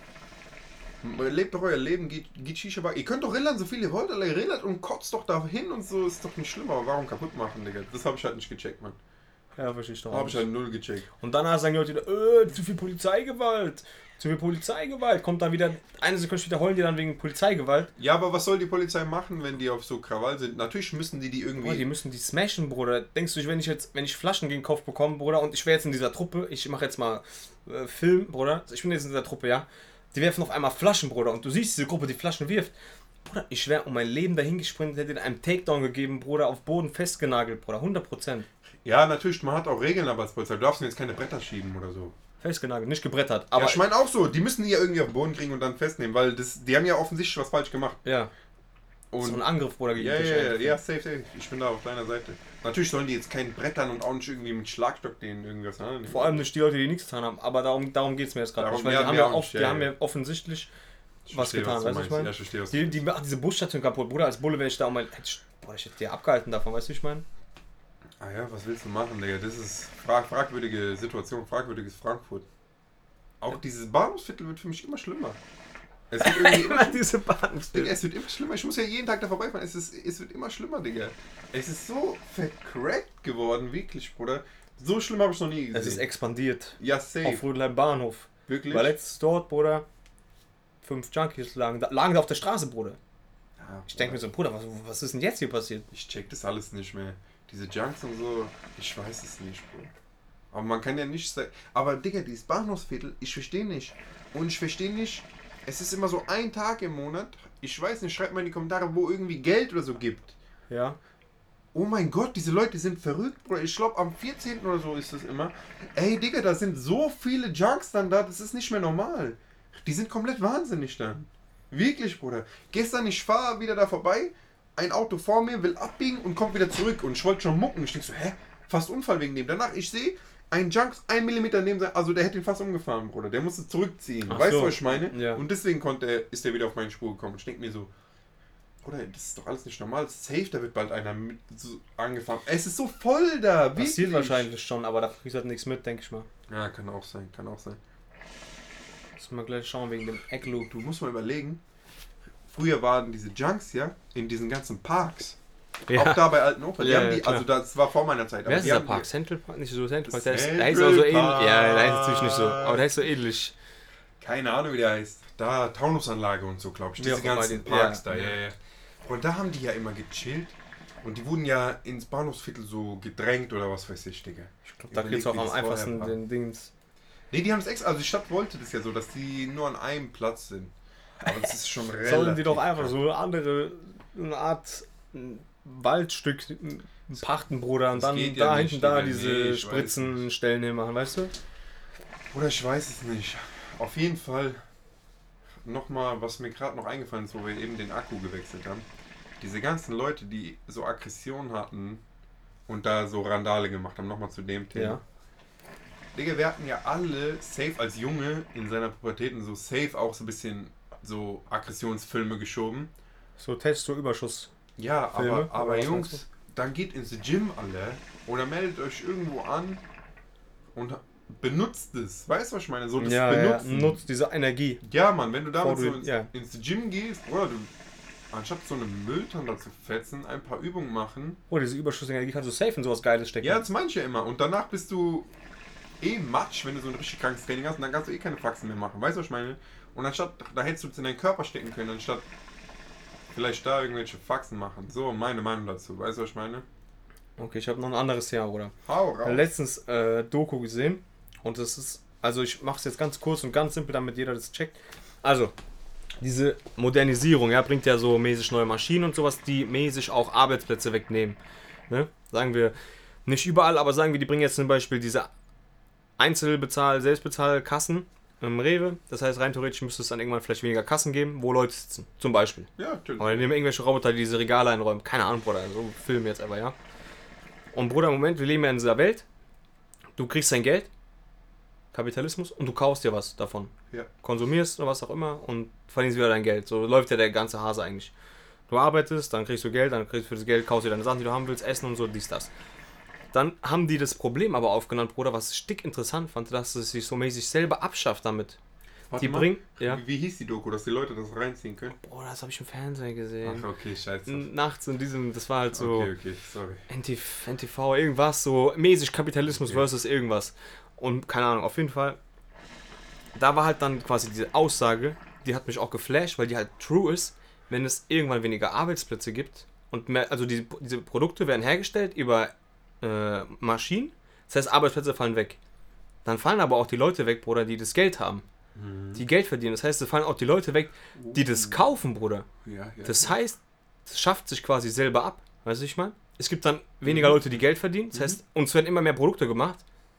Lebt doch euer Leben, geht Shisha Bar. Ihr könnt doch rillern, so viel ihr wollt, ihr rillert und kotzt doch da hin und so, ist doch nicht schlimm, aber warum kaputt machen, Digga? Das habe ich halt nicht gecheckt, Mann. Ja, verstehe ich doch. Habe ich halt null gecheckt. Und danach sagen die Leute wieder, zu viel Polizeigewalt. Kommt dann wieder, eine Sekunde später heulen die dann wegen Polizeigewalt. Ja, aber was soll die Polizei machen, wenn die auf so Krawall sind? Natürlich müssen die irgendwie... Boah, die müssen die smashen, Bruder. Denkst du, wenn ich Flaschen gegen den Kopf bekomme, Bruder, und ich wäre jetzt in dieser Truppe, ich mache jetzt mal Film, Bruder, ich bin jetzt in dieser Truppe, ja. Die werfen auf einmal Flaschen, Bruder, und du siehst diese Gruppe, die Flaschen wirft. Bruder, ich wäre um mein Leben dahin gesprintet, hätte ihnen einen Takedown gegeben, Bruder, auf Boden festgenagelt, Bruder, 100%. Ja, natürlich, man hat auch Regeln aber als Polizei. Du darfst mir jetzt keine Bretter schieben oder so. Festgenagelt, nicht gebrettert. Aber ja, ich meine auch so, die müssen die ja irgendwie auf den Boden kriegen und dann festnehmen, weil die haben ja offensichtlich was falsch gemacht. Ja. Und so ein Angriff, Bruder, gegen dich. Ja, safe. Ich bin da auf deiner Seite. Natürlich sollen die jetzt keinen Brettern und auch nicht irgendwie mit Schlagstock denen irgendwas haben. Vor allem nicht die Leute, die nichts getan haben. Aber darum geht es mir jetzt gerade nicht. Weil die haben ja offensichtlich was getan, weißt du, ich meine? Ja, ich verstehe, was die machen diese Busstation kaputt, Bruder. Als Bulle wäre ich da und ich hätte die abgehalten davon, weißt du, ich meine? Ah ja, was willst du machen, Digga? Das ist fragwürdige Situation, fragwürdiges Frankfurt. Auch dieses Bahnhofsviertel wird für mich immer schlimmer. Es wird irgendwie immer diese Bahnhofsviertel. Digga, es wird immer schlimmer. Ich muss ja jeden Tag da vorbeifahren. Es wird immer schlimmer, Digga. Es ist so vercrackt geworden, wirklich, Bruder. So schlimm habe ich noch nie gesehen. Es ist expandiert. Ja, safe. Auf Rödelheim Bahnhof. Wirklich? Weil letztens dort, Bruder, 5 Junkies lagen da auf der Straße, Bruder. Ja, ich denke mir so, Bruder, was ist denn jetzt hier passiert? Ich check das alles nicht mehr. Diese Junks und so, ich weiß es nicht, Bruder. Aber man kann ja nicht sagen. Aber Digga, dieses Bahnhofsviertel, ich verstehe nicht. Und ich verstehe nicht, es ist immer so ein Tag im Monat. Ich weiß nicht, schreibt mal in die Kommentare, wo irgendwie Geld oder so gibt. Ja. Oh mein Gott, diese Leute sind verrückt, Bruder. Ich glaube, am 14. oder so ist das immer. Ey, Digga, da sind so viele Junks dann da, das ist nicht mehr normal. Die sind komplett wahnsinnig dann. Wirklich, Bruder. Gestern, ich fahre wieder da vorbei, ein Auto vor mir will abbiegen und kommt wieder zurück. Und ich wollte schon mucken. Ich denke so, hä? Fast Unfall wegen dem. Danach, ich sehe, ein Junks 1 Millimeter neben sein, also der hätte ihn fast umgefahren, Bruder. Der musste zurückziehen. Ach weißt du, so. was ich meine? Ja. Und deswegen ist er wieder auf meine Spur gekommen. Ich denke mir so, Bruder, das ist doch alles nicht normal. Safe, da wird bald einer mit so angefahren. Es ist so voll da. Passiert wirklich. wahrscheinlich schon, aber da kriegst du halt nichts mit, denke ich mal. Ja, kann auch sein. Müssen wir gleich schauen wegen dem Ecklook. Du musst mal überlegen, früher waren diese Junks ja in diesen ganzen Parks. Ja. Auch da bei Alten-Oper. Ja, Also das war vor meiner Zeit. Wer ist dieser Park? Central Park? Nicht so Central Park. Der heißt auch so ähnlich. Ja, der heißt natürlich nicht so. Aber der heißt so ähnlich. Keine Ahnung, wie der heißt. Da Taunusanlage und so, glaube ich. Diese ganzen Parks da. Ja. Und da haben die ja immer gechillt. Und die wurden ja ins Bahnhofsviertel so gedrängt oder was weiß ich, Digga. Ich glaube, da kriegst du auch am einfachsten den Dings. Nee, die haben es extra. Also die Stadt wollte das ja so, dass die nur an einem Platz sind. Aber das ist schon relativ. Sollen die doch einfach so eine Art Waldstück pachten, Bruder, und dann da hinten da diese Spritzenstellen hinmachen, weißt du? Oder ich weiß es nicht. Auf jeden Fall nochmal, was mir gerade noch eingefallen ist, wo wir eben den Akku gewechselt haben. diese ganzen Leute, die so Aggression hatten und da so Randale gemacht haben, nochmal zu dem Thema. Ja. Digga, wir hatten ja alle safe als Junge in seiner Pubertät und so safe auch so ein bisschen so Aggressionsfilme geschoben. So Testo-Überschuss. Ja, Filme, aber oder was Jungs, meinst dann geht ins Gym alle oder meldet euch irgendwo an und benutzt es. Weißt du, was ich meine? So das Benutzen. Nutzt diese Energie. Ja, Mann, wenn du damit Bevor so du- ja. ins Gym gehst, oder du anstatt so eine Mülltonne zu fetzen, ein paar Übungen machen. Oh, diese Überschussenergie kannst du safe in sowas Geiles stecken. Ja, das meine ich ja immer. Und danach bist du Matsch, wenn du so ein richtig krankes Training hast und dann kannst du keine Faxen mehr machen. Weißt du, was ich meine? Und anstatt, da hättest du es in deinen Körper stecken können, anstatt vielleicht da irgendwelche Faxen machen. So, meine Meinung dazu. Weißt du, was ich meine? Okay, ich habe noch ein anderes Thema, Bruder. Hau raus. Letztens Doku gesehen und das ist, also ich mache es jetzt ganz kurz und ganz simpel, damit jeder das checkt. Also, diese Modernisierung, ja, bringt ja so mäßig neue Maschinen und sowas, die mäßig auch Arbeitsplätze wegnehmen. Ne? Sagen wir, nicht überall, aber sagen wir, die bringen jetzt zum Beispiel diese Selbstbezahl-Kassen im Rewe. Das heißt, rein theoretisch müsste es dann irgendwann vielleicht weniger Kassen geben, wo Leute sitzen. Zum Beispiel. Ja, natürlich. Aber dann nehmen irgendwelche Roboter, die diese Regale einräumen. Keine Ahnung, Bruder, so Film jetzt aber, ja. Und Bruder, im Moment, wir leben ja in dieser Welt. Du kriegst dein Geld, Kapitalismus, und du kaufst dir was davon. Ja. Konsumierst oder was auch immer und verdienst wieder dein Geld. So läuft ja der ganze Hase eigentlich. Du arbeitest, dann kriegst du Geld, dann kriegst du für das Geld, kaufst dir deine Sachen, die du haben willst, essen und so, dies, das. Dann haben die das Problem aber aufgenannt, Bruder, was ich stick interessant fand, dass es sich so mäßig selber abschafft damit. Warte Die mal. bringen, ja. Wie hieß die Doku, dass die Leute das reinziehen können? Boah, das habe ich im Fernsehen gesehen. Ach, okay, scheiße. Nachts in diesem, das war halt so Okay, sorry. NTV, irgendwas, so mäßig Kapitalismus Okay. versus irgendwas. Und keine Ahnung, auf jeden Fall, da war halt dann quasi diese Aussage, die hat mich auch geflasht, weil die halt true ist, wenn es irgendwann weniger Arbeitsplätze gibt und mehr, also diese Produkte werden hergestellt über Maschinen, das heißt Arbeitsplätze fallen weg. Dann fallen aber auch die Leute weg, Bruder, die das Geld haben, die Geld verdienen. Das heißt, es fallen auch die Leute weg, die das kaufen, Bruder. Ja. Das heißt, es schafft sich quasi selber ab. Weißt du, ich meine? Es gibt dann weniger Leute, die Geld verdienen. Das heißt, uns werden immer mehr Produkte gemacht.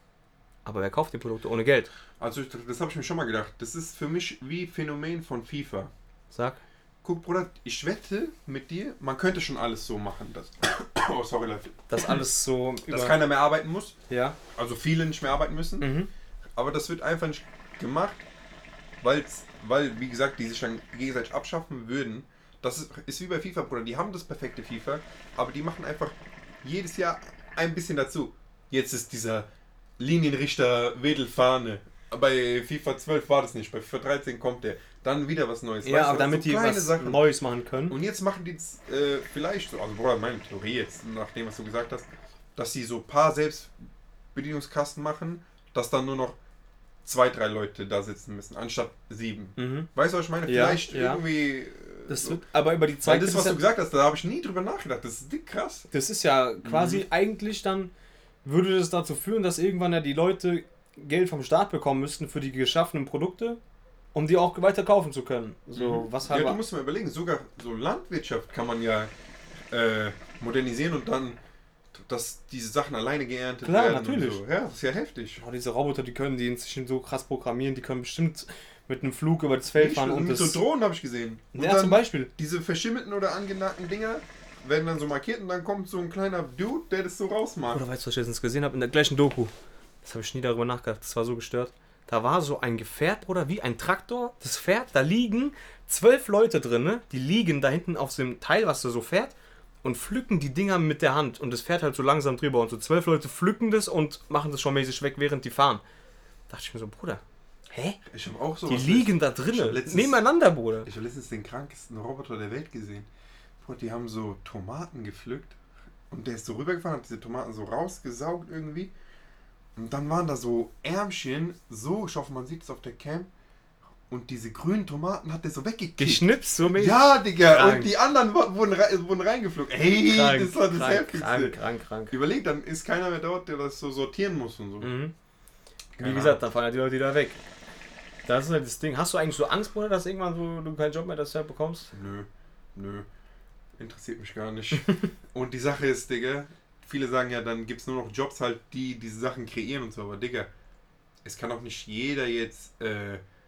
Aber wer kauft die Produkte ohne Geld? Also, das habe ich mir schon mal gedacht. Das ist für mich wie Phänomen von FIFA. Sag. Guck, Bruder, ich wette mit dir, man könnte schon alles so machen, dass, oh, sorry, Leute, Das alles so dass keiner mehr arbeiten muss. Ja. Also viele nicht mehr arbeiten müssen. Mhm. Aber das wird einfach nicht gemacht, weil, wie gesagt, die sich dann gegenseitig abschaffen würden. Das ist wie bei FIFA, Bruder. Die haben das perfekte FIFA, aber die machen einfach jedes Jahr ein bisschen dazu. Jetzt ist dieser Linienrichter Wedelfahne. Bei FIFA 12 war das nicht. Bei FIFA 13 kommt der. Dann wieder was Neues. Ja, Weißt aber du, damit so die kleine was Sachen. Neues machen können. Und jetzt machen die es vielleicht so, also Bruder, meine Theorie jetzt, nach dem, was du gesagt hast, dass sie so ein paar Selbstbedienungskasten machen, dass dann nur noch 2, 3 Leute da sitzen müssen, anstatt 7. Mhm. Weißt du, was ich meine? Ja, Vielleicht ja. irgendwie... Das so. wird aber über die Weil Zeit. das, was ist du gesagt hast, da habe ich nie drüber nachgedacht. Das ist dick krass. das ist ja quasi eigentlich dann, würde das dazu führen, dass irgendwann ja die Leute Geld vom Staat bekommen müssten für die geschaffenen Produkte, um die auch weiter kaufen zu können. So, was Ja, halt. du musst mal überlegen, sogar so Landwirtschaft kann man ja modernisieren und dann, dass diese Sachen alleine geerntet Klar, werden. natürlich. Und so. Ja, das ist ja heftig. Oh, diese Roboter, die können die inzwischen so krass programmieren, die können bestimmt mit einem Flug über das Feld fahren und mit das. so Drohnen habe ich gesehen. Und Ja, dann zum Beispiel. diese verschimmelten oder angenagten Dinger werden dann so markiert und dann kommt so ein kleiner Dude, der das so rausmacht. Oder weißt du, was ich letztens gesehen habe? In der gleichen Doku. Das habe ich nie darüber nachgedacht, das war so gestört. Da war so ein Gefährt, oder wie ein Traktor, das fährt, da liegen 12 Leute drin, ne? Die liegen da hinten auf dem Teil, was da so fährt, und pflücken die Dinger mit der Hand. Und das fährt halt so langsam drüber. Und so 12 Leute pflücken das und machen das schon mäßig weg, während die fahren. Da dachte ich mir so, Bruder, hä? Ich habe auch so Die liegen da Ich hab drinnen, letztens- nebeneinander, Bruder. Ich habe letztens den krankesten Roboter der Welt gesehen. Boah, die haben so Tomaten gepflückt und der ist so rübergefahren, hat diese Tomaten so rausgesaugt irgendwie. Und dann waren da so Ärmchen, so, ich hoffe, man sieht es auf der Cam. Und diese grünen Tomaten hat der so weggekickt. Geschnipst, so mäßig. Ja, Digga, Krank. und die anderen wurden reingeflogen. Hey, das war das Heftigste. krank. Überleg, dann ist keiner mehr dort, der das so sortieren muss und so. Mhm. Wie Keine gesagt, dann fahren halt die Leute wieder weg. Das ist halt das Ding. Hast du eigentlich so Angst, Bruder, dass irgendwann so du keinen Job mehr das bekommst? Nö. Interessiert mich gar nicht. Und die Sache ist, Digga, viele sagen ja, dann gibt es nur noch Jobs halt, die diese Sachen kreieren und so. Aber Digga, es kann auch nicht jeder jetzt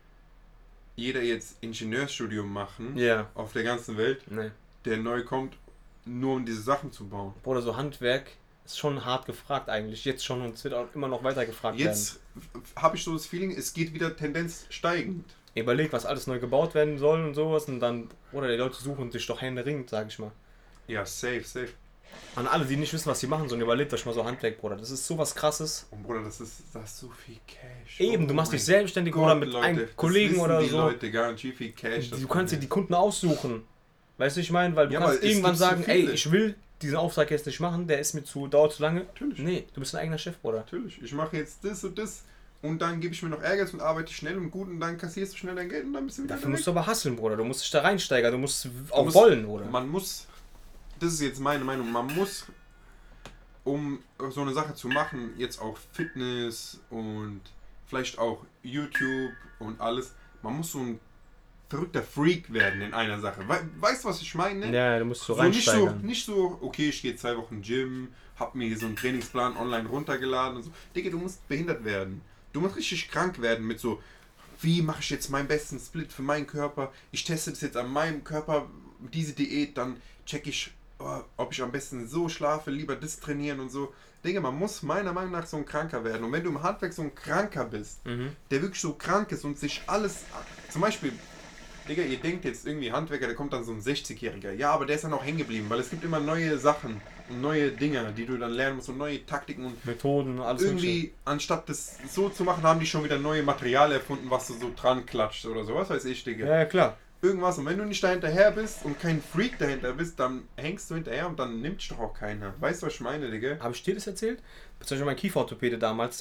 Ingenieursstudium machen Ja. auf der ganzen Welt, Nee. der neu kommt nur um diese Sachen zu bauen. Bruder, so Handwerk ist schon hart gefragt eigentlich. Jetzt schon und es wird auch immer noch weiter gefragt werden. Jetzt habe ich so das Feeling, es geht wieder Tendenz steigend. Überleg, was alles neu gebaut werden soll und sowas und dann, oder die Leute suchen sich doch händeringend, sag ich mal. Ja, safe. An alle, die nicht wissen, was sie machen sollen, überlegt euch mal so Handwerk, Bruder. Das ist sowas Krasses. Und Bruder, das ist so viel Cash. Eben, du machst dich selbstständig oder mit Leute, einem Kollegen oder die so. Leute gar nicht, wie viel Cash das Du kannst dir die Kunden aussuchen. Weißt du, ich meine, weil du kannst irgendwann sagen, ey, ich will diesen Auftrag jetzt nicht machen, der ist mir dauert zu lange. Natürlich. Nee, du bist ein eigener Chef, Bruder. Natürlich. Ich mache jetzt das und das und dann gebe ich mir noch Ehrgeiz und arbeite schnell und gut und dann kassierst du schnell dein Geld und dann bist du wieder Dafür musst weg. du aber hustlen, Bruder. Du musst dich da reinsteigern, du musst auch wollen, Bruder. Man muss, das ist jetzt meine Meinung, man muss, um so eine Sache zu machen, jetzt auch Fitness und vielleicht auch YouTube und alles, man muss so ein verrückter Freak werden in einer Sache. Weißt du, was ich meine? Ja, du musst so nicht reinsteigern. nicht so, okay, ich gehe 2 Wochen Gym, hab mir hier so einen Trainingsplan online runtergeladen und so. Digga, du musst behindert werden. Du musst richtig krank werden mit so, wie mache ich jetzt meinen besten Split für meinen Körper? Ich teste das jetzt an meinem Körper, diese Diät, dann check ich, ob ich am besten so schlafe, lieber das trainieren und so. Digga, man muss meiner Meinung nach so ein Kranker werden. Und wenn du im Handwerk so ein Kranker bist, der wirklich so krank ist und sich alles, zum Beispiel, Digga, ihr denkt jetzt irgendwie Handwerker, da kommt dann so ein 60-Jähriger. Ja, aber der ist dann auch hängen geblieben, weil es gibt immer neue Sachen und neue Dinge, die du dann lernen musst und neue Taktiken und Methoden, alles irgendwie, Mögliche. anstatt das so zu machen, haben die schon wieder neue Materialien erfunden, was du so dran klatscht oder so, was weiß ich, Digga. Ja, klar. Irgendwas, und wenn du nicht da hinterher bist und kein Freak dahinter bist, dann hängst du hinterher und dann nimmt dich doch auch keiner. Weißt du, was ich meine, Digga? Habe ich dir das erzählt? Zum Beispiel mein Kieferorthopäde damals,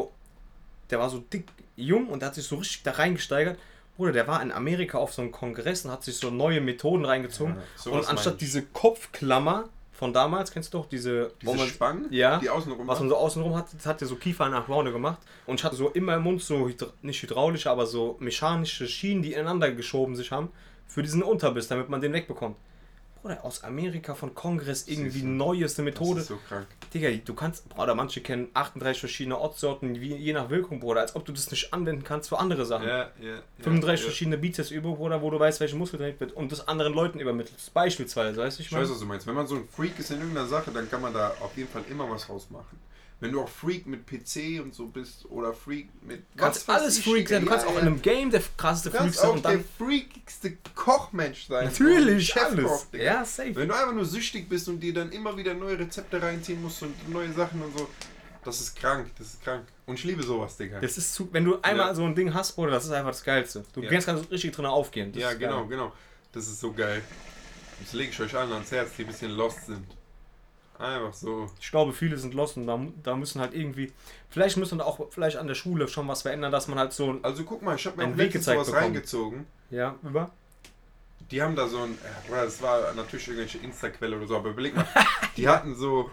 der war so dick, jung und der hat sich so richtig da reingesteigert. Bruder, der war in Amerika auf so einem Kongress und hat sich so neue Methoden reingezogen. Ja, sowas und anstatt meine ich. diese Kopfklammer von damals, kennst du doch, diese Spangen, ja, die außenrum was man so außenrum hat, das hat der so Kiefer nach vorne gemacht. Und ich hatte so immer im Mund so, nicht hydraulische, aber so mechanische Schienen, die ineinander geschoben sich haben, für diesen Unterbiss, damit man den wegbekommt. Bruder, aus Amerika von Kongress irgendwie neueste Methode. Das ist so krank. Digga, du kannst, Bruder, manche kennen 38 verschiedene Ortsorten, je nach Wirkung, Bruder, als ob du das nicht anwenden kannst für andere Sachen. Ja. 35 verschiedene Bizepsübungen, Bruder, wo du weißt, welche Muskel trainiert wird und das anderen Leuten übermittelst. Beispielsweise, weißt du, Ich weiß, was du meinst. Wenn man so ein Freak ist in irgendeiner Sache, dann kann man da auf jeden Fall immer was rausmachen. Wenn du auch Freak mit PC und so bist oder Freak mit... Du kannst alles Freak sein, du kannst auch in einem Game der krasseste Du Freak kannst sein auch und der dann... freakigste Kochmensch sein. Natürlich, Chefkoch, alles. Digga. Ja, safe. Wenn du einfach nur süchtig bist und dir dann immer wieder neue Rezepte reinziehen musst und neue Sachen und so, das ist krank, Und ich liebe sowas, Digga. Das ist wenn du einmal so ein Ding hast, Bruder, das ist einfach das Geilste. Du kannst richtig drin aufgehen. Das Ja, ist geil. genau. Das ist so geil. Das lege ich euch allen ans Herz, die ein bisschen lost sind. Einfach so. Ich glaube, viele sind lost und da müssen halt irgendwie, vielleicht müssen auch an der Schule schon was verändern, dass man halt so Also guck mal, ich habe mir einen auch Weg letztens gezeigt sowas bekommen. reingezogen. Ja, über? Die haben da so ein, das war natürlich irgendwelche Insta-Quelle oder so, aber überleg mal, die hatten so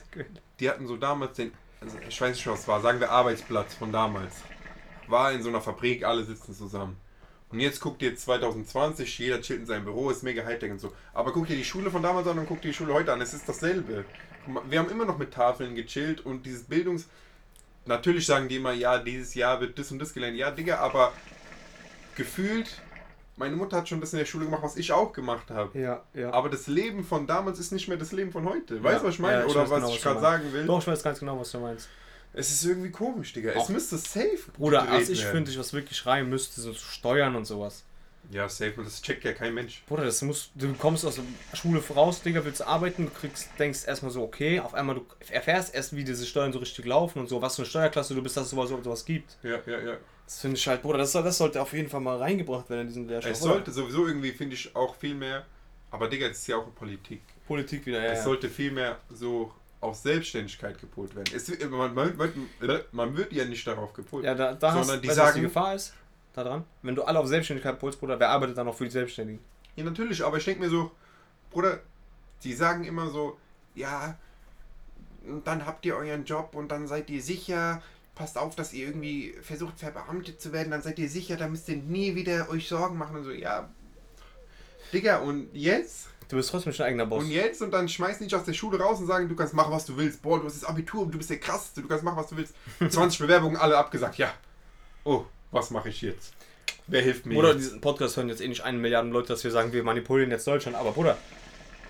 damals also ich weiß nicht, was es war, sagen wir Arbeitsplatz von damals. War in so einer Fabrik, alle sitzen zusammen. Und jetzt guckt ihr 2020, jeder chillt in seinem Büro, ist mega Hightech und so. Aber guckt ihr die Schule von damals an und guckt ihr die Schule heute an, es ist dasselbe. Wir haben immer noch mit Tafeln gechillt und dieses Natürlich sagen die immer, ja, dieses Jahr wird das und das gelernt. Ja, Digga, aber gefühlt, meine Mutter hat schon das in der Schule gemacht, was ich auch gemacht habe. Ja. Aber das Leben von damals ist nicht mehr das Leben von heute. Weißt du, was ich meine? Ja, ich Oder weiß was genau, ich gerade sagen will? Doch, ich weiß ganz genau, was du meinst. Es ist irgendwie komisch, Digga. Es müsste safe Bruder, gedreht als ich werden. finde, was wirklich rein müsste, so Steuern und sowas. Ja, safe. Und das checkt ja kein Mensch. Bruder, du kommst aus der Schule raus, Digga, willst arbeiten, denkst erstmal so, okay, auf einmal du erfährst erst, wie diese Steuern so richtig laufen und so, was für eine Steuerklasse du bist, dass es sowas gibt. Ja. Das finde ich halt, Bruder, das sollte auf jeden Fall mal reingebracht werden in diesen Lehrstoff. Es sollte sowieso irgendwie, finde ich, auch viel mehr, aber Digga, das ist ja auch Politik. Politik wieder, ja. Es sollte viel mehr so auf Selbstständigkeit gepolt werden. Man wird ja nicht darauf gepolt. Ja, da sondern die weißt du, was sagen, die Gefahr ist da dran. Wenn du alle auf Selbstständigkeit polst, Bruder, wer arbeitet dann noch für die Selbstständigen? Ja, natürlich, aber ich denke mir so, Bruder, die sagen immer so, ja, und dann habt ihr euren Job und dann seid ihr sicher, passt auf, dass ihr irgendwie versucht verbeamtet zu werden, dann seid ihr sicher, dann müsst ihr nie wieder euch Sorgen machen und so, ja, Digga, und jetzt? Du bist trotzdem schon eigener Boss. Und jetzt? Und dann schmeißen dich aus der Schule raus und sagen, du kannst machen, was du willst. Boah, du hast das Abitur, du bist der Krasseste, du kannst machen, was du willst. 20 Bewerbungen, alle abgesagt, ja. Oh, was mache ich jetzt? Wer hilft mir? Bruder, jetzt? diesen Podcast hören jetzt eh nicht 1 Milliarde Leute, dass wir sagen, wir manipulieren jetzt Deutschland. Aber Bruder,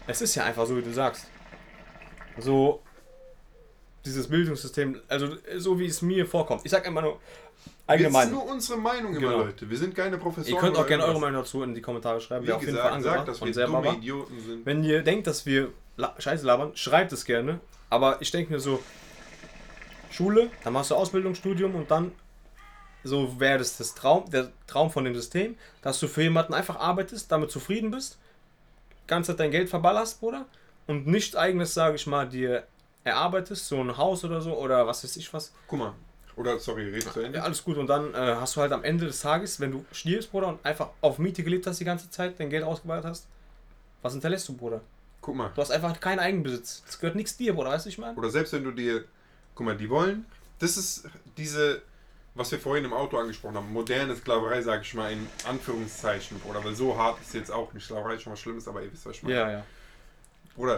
Es ist ja einfach so, wie du sagst. So, dieses Bildungssystem, also so wie es mir vorkommt. Ich sag immer nur eigene Jetzt Meinung. nur unsere Meinung immer, Genau. Leute. Wir sind keine Professoren. Ihr könnt auch oder gerne eure irgendwas. Meinung dazu in die Kommentare schreiben. Wie Wäre auf jeden Fall gesagt, sagt, angebracht dass und wir sehr dumme baba. Idioten sind. Wenn ihr denkt, dass wir Scheiße labern, schreibt es gerne. Aber ich denke mir so, Schule, dann machst du Ausbildung, Studium und dann so wäre das der Traum von dem System, dass du für jemanden einfach arbeitest, damit zufrieden bist, ganze Zeit dein Geld verballerst, Bruder, und nichts eigenes, sage ich mal, dir erarbeitest, so ein Haus oder so oder was weiß ich was. Guck mal. Oder, sorry, red zu Ende. Ja, alles gut und dann hast du halt am Ende des Tages, wenn du stirbst, Bruder, und einfach auf Miete gelebt hast die ganze Zeit, dein Geld ausgeballert hast, was hinterlässt du, Bruder? Guck mal. Du hast einfach keinen Eigenbesitz. Das gehört nichts dir, Bruder, weißt du, ich meine? Oder selbst wenn du dir, guck mal, die wollen, das ist diese, was wir vorhin im Auto angesprochen haben, moderne Sklaverei, sage ich mal, in Anführungszeichen, oder weil so hart ist jetzt auch nicht, Sklaverei ist schon was Schlimmes, aber ihr wisst, was ich meine. Ja, ja. Oder,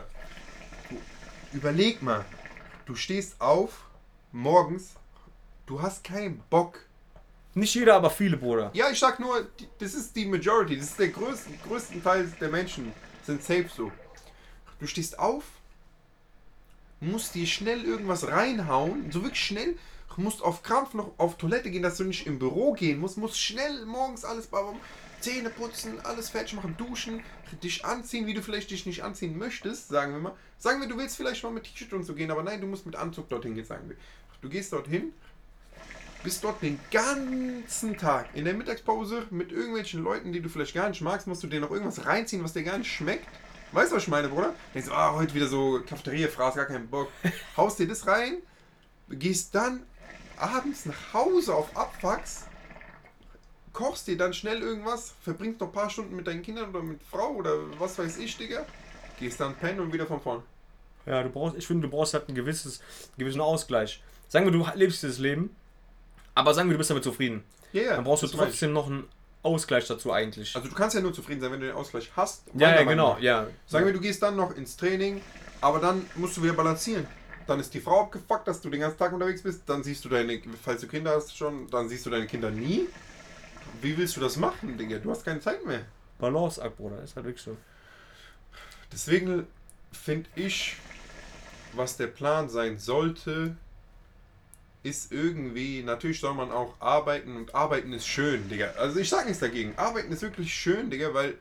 überleg mal, du stehst auf, morgens, du hast keinen Bock. Nicht jeder, aber viele, Bruder. Ja, ich sag nur, das ist die Majority, das ist der größten Teil der Menschen, sind safe so. Du stehst auf, musst dir schnell irgendwas reinhauen, so wirklich schnell, musst auf Krampf noch auf Toilette gehen, dass du nicht im Büro gehen musst schnell morgens alles Zähne putzen, alles fertig machen, duschen, dich anziehen, wie du vielleicht dich nicht anziehen möchtest, sagen wir mal. Sagen wir, du willst vielleicht mal mit T-Shirt und so gehen, aber nein, du musst mit Anzug dorthin gehen, sagen wir. Du gehst dorthin, bist dort den ganzen Tag in der Mittagspause mit irgendwelchen Leuten, die du vielleicht gar nicht magst, musst du dir noch irgendwas reinziehen, was dir gar nicht schmeckt. Weißt du, was ich meine, Bruder? Denkst du, heute wieder so Cafeteria-Fraß, gar keinen Bock. Haust dir das rein, gehst dann abends nach Hause auf Abwachs, kochst dir dann schnell irgendwas, verbringst noch ein paar Stunden mit deinen Kindern oder mit Frau oder was weiß ich, Digga. Gehst dann pennen und wieder von vorn. Ja, ich finde, du brauchst halt einen gewissen Ausgleich. Sagen wir, du lebst dieses Leben, aber sagen wir, du bist damit zufrieden. Ja, ja. Dann brauchst du das meine ich. trotzdem noch einen Ausgleich dazu eigentlich. Also du kannst ja nur zufrieden sein, wenn du den Ausgleich hast. ja, meiner ja, Meinung genau, nach. ja. Sagen wir, du gehst dann noch ins Training, aber dann musst du wieder balancieren. Dann ist die Frau abgefuckt, dass du den ganzen Tag unterwegs bist. Dann siehst du falls du Kinder hast schon, dann siehst du deine Kinder nie. Wie willst du das machen, Digga? Du hast keine Zeit mehr. Balanceakt, Bruder, ist halt wirklich so. Deswegen finde ich, was der Plan sein sollte, ist irgendwie, natürlich soll man auch arbeiten und arbeiten ist schön, Digga. Also ich sag nichts dagegen. Arbeiten ist wirklich schön, Digga, weil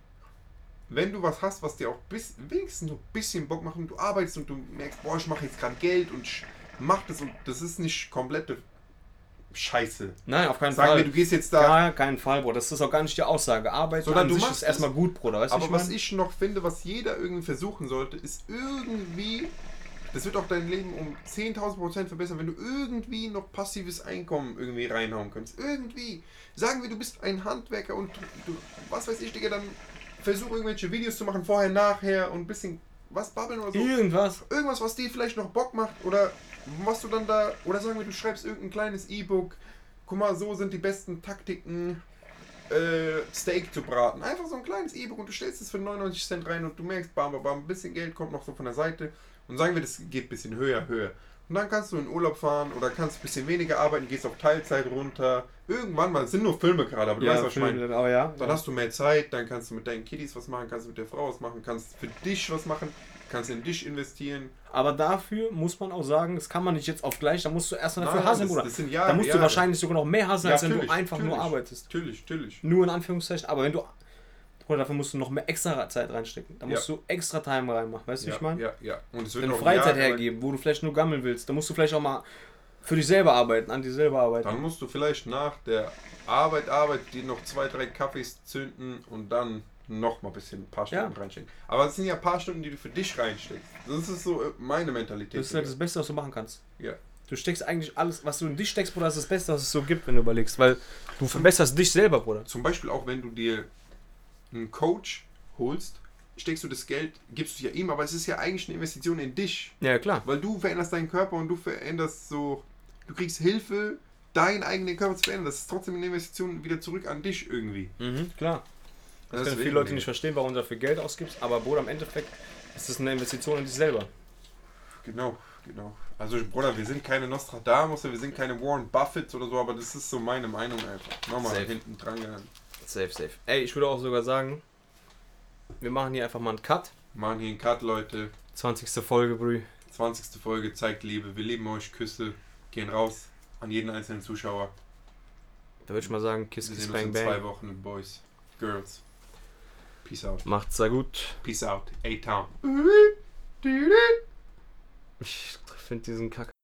wenn du was hast, was dir auch wenigstens so ein bisschen Bock macht und du arbeitest und du merkst, boah, ich mache jetzt gerade Geld und ich mach das und das ist nicht komplette Scheiße. Nein, auf keinen Sagen Fall. wir, du gehst jetzt da. Gar keinen Fall, Bruder. Das ist auch gar nicht die Aussage. Arbeit Sondern an du sich machst ist erstmal es. gut, Bruder. Weißt du, Aber was meine? ich noch finde, was jeder irgendwie versuchen sollte, ist irgendwie, das wird auch dein Leben um 10.000% verbessern, wenn du irgendwie noch passives Einkommen irgendwie reinhauen kannst. Irgendwie. Sagen wir, du bist ein Handwerker und du was weiß ich, Digga, dann versuch irgendwelche Videos zu machen, vorher, nachher und ein bisschen was babbeln oder so. Irgendwas. Irgendwas, was dir vielleicht noch Bock macht oder was du dann da, oder sagen wir, du schreibst irgendein kleines E-Book, guck mal, so sind die besten Taktiken, Steak zu braten. Einfach so ein kleines E-Book und du stellst es für 99 Cent rein und du merkst, bam, bam, bam, ein bisschen Geld kommt noch so von der Seite und sagen wir, das geht ein bisschen höher. Und dann kannst du in Urlaub fahren oder kannst ein bisschen weniger arbeiten, gehst auf Teilzeit runter. Irgendwann mal, es sind nur Filme gerade, aber du weißt, was ich meine. Aber ja. Dann hast du mehr Zeit, dann kannst du mit deinen Kiddies was machen, kannst du mit der Frau was machen, kannst für dich was machen, kannst in dich investieren. Aber dafür muss man auch sagen, das kann man nicht jetzt auf gleich, da musst du erstmal dafür hasseln, Bruder. Das sind Jahre, Da musst du Jahre. wahrscheinlich sogar noch mehr hasseln, Ja, als wenn du natürlich, einfach nur natürlich. arbeitest. Natürlich. Nur in Anführungszeichen, aber wenn du. Oder dafür musst du noch mehr extra Zeit reinstecken. Da musst du extra Time reinmachen, weißt du, wie ich meine? Ja. Und es wird Wenn du noch Freizeit Jahre- hergeben, wo du vielleicht nur gammeln willst, dann musst du vielleicht auch mal für dich selber arbeiten, an dir selber arbeiten. Dann musst du vielleicht nach der Arbeit dir noch 2, 3 Kaffees zünden und dann noch mal ein paar Stunden reinstecken. Aber es sind ja ein paar Stunden, die du für dich reinsteckst. Das ist so meine Mentalität. Das ist halt das Beste, was du machen kannst. Ja. Du steckst eigentlich alles, was du in dich steckst, Bruder, ist das Beste, was es so gibt, wenn du überlegst. Weil du verbesserst dich selber, Bruder. Zum Beispiel auch, wenn du dir einen Coach holst, steckst du das Geld, gibst du ja ihm, aber es ist ja eigentlich eine Investition in dich. Ja, klar. Weil du veränderst deinen Körper und du veränderst so, du kriegst Hilfe, deinen eigenen Körper zu verändern. Das ist trotzdem eine Investition wieder zurück an dich irgendwie. Klar. Das können Deswegen, viele Leute nicht verstehen, warum du dafür Geld ausgibst, aber Bruder, im Endeffekt ist das eine Investition in dich selber. Genau. Also Bruder, wir sind keine Nostradamus, wir sind keine Warren Buffett oder so, aber das ist so meine Meinung einfach. Nochmal Safe. hinten dran gehangen. Safe. Ey, ich würde auch sogar sagen, wir machen hier einfach mal einen Cut. Machen hier einen Cut, Leute. 20. Folge, Brü. 20. Folge, zeigt Liebe. Wir lieben euch, Küsse gehen raus an jeden einzelnen Zuschauer. Da würde ich mal sagen, Kiss, Wir Kiss, sehen uns Bang, in Bang. 2 Wochen, Boys, Girls. Peace out. Macht's sehr gut. Peace out. A-Town. Ich finde diesen Kack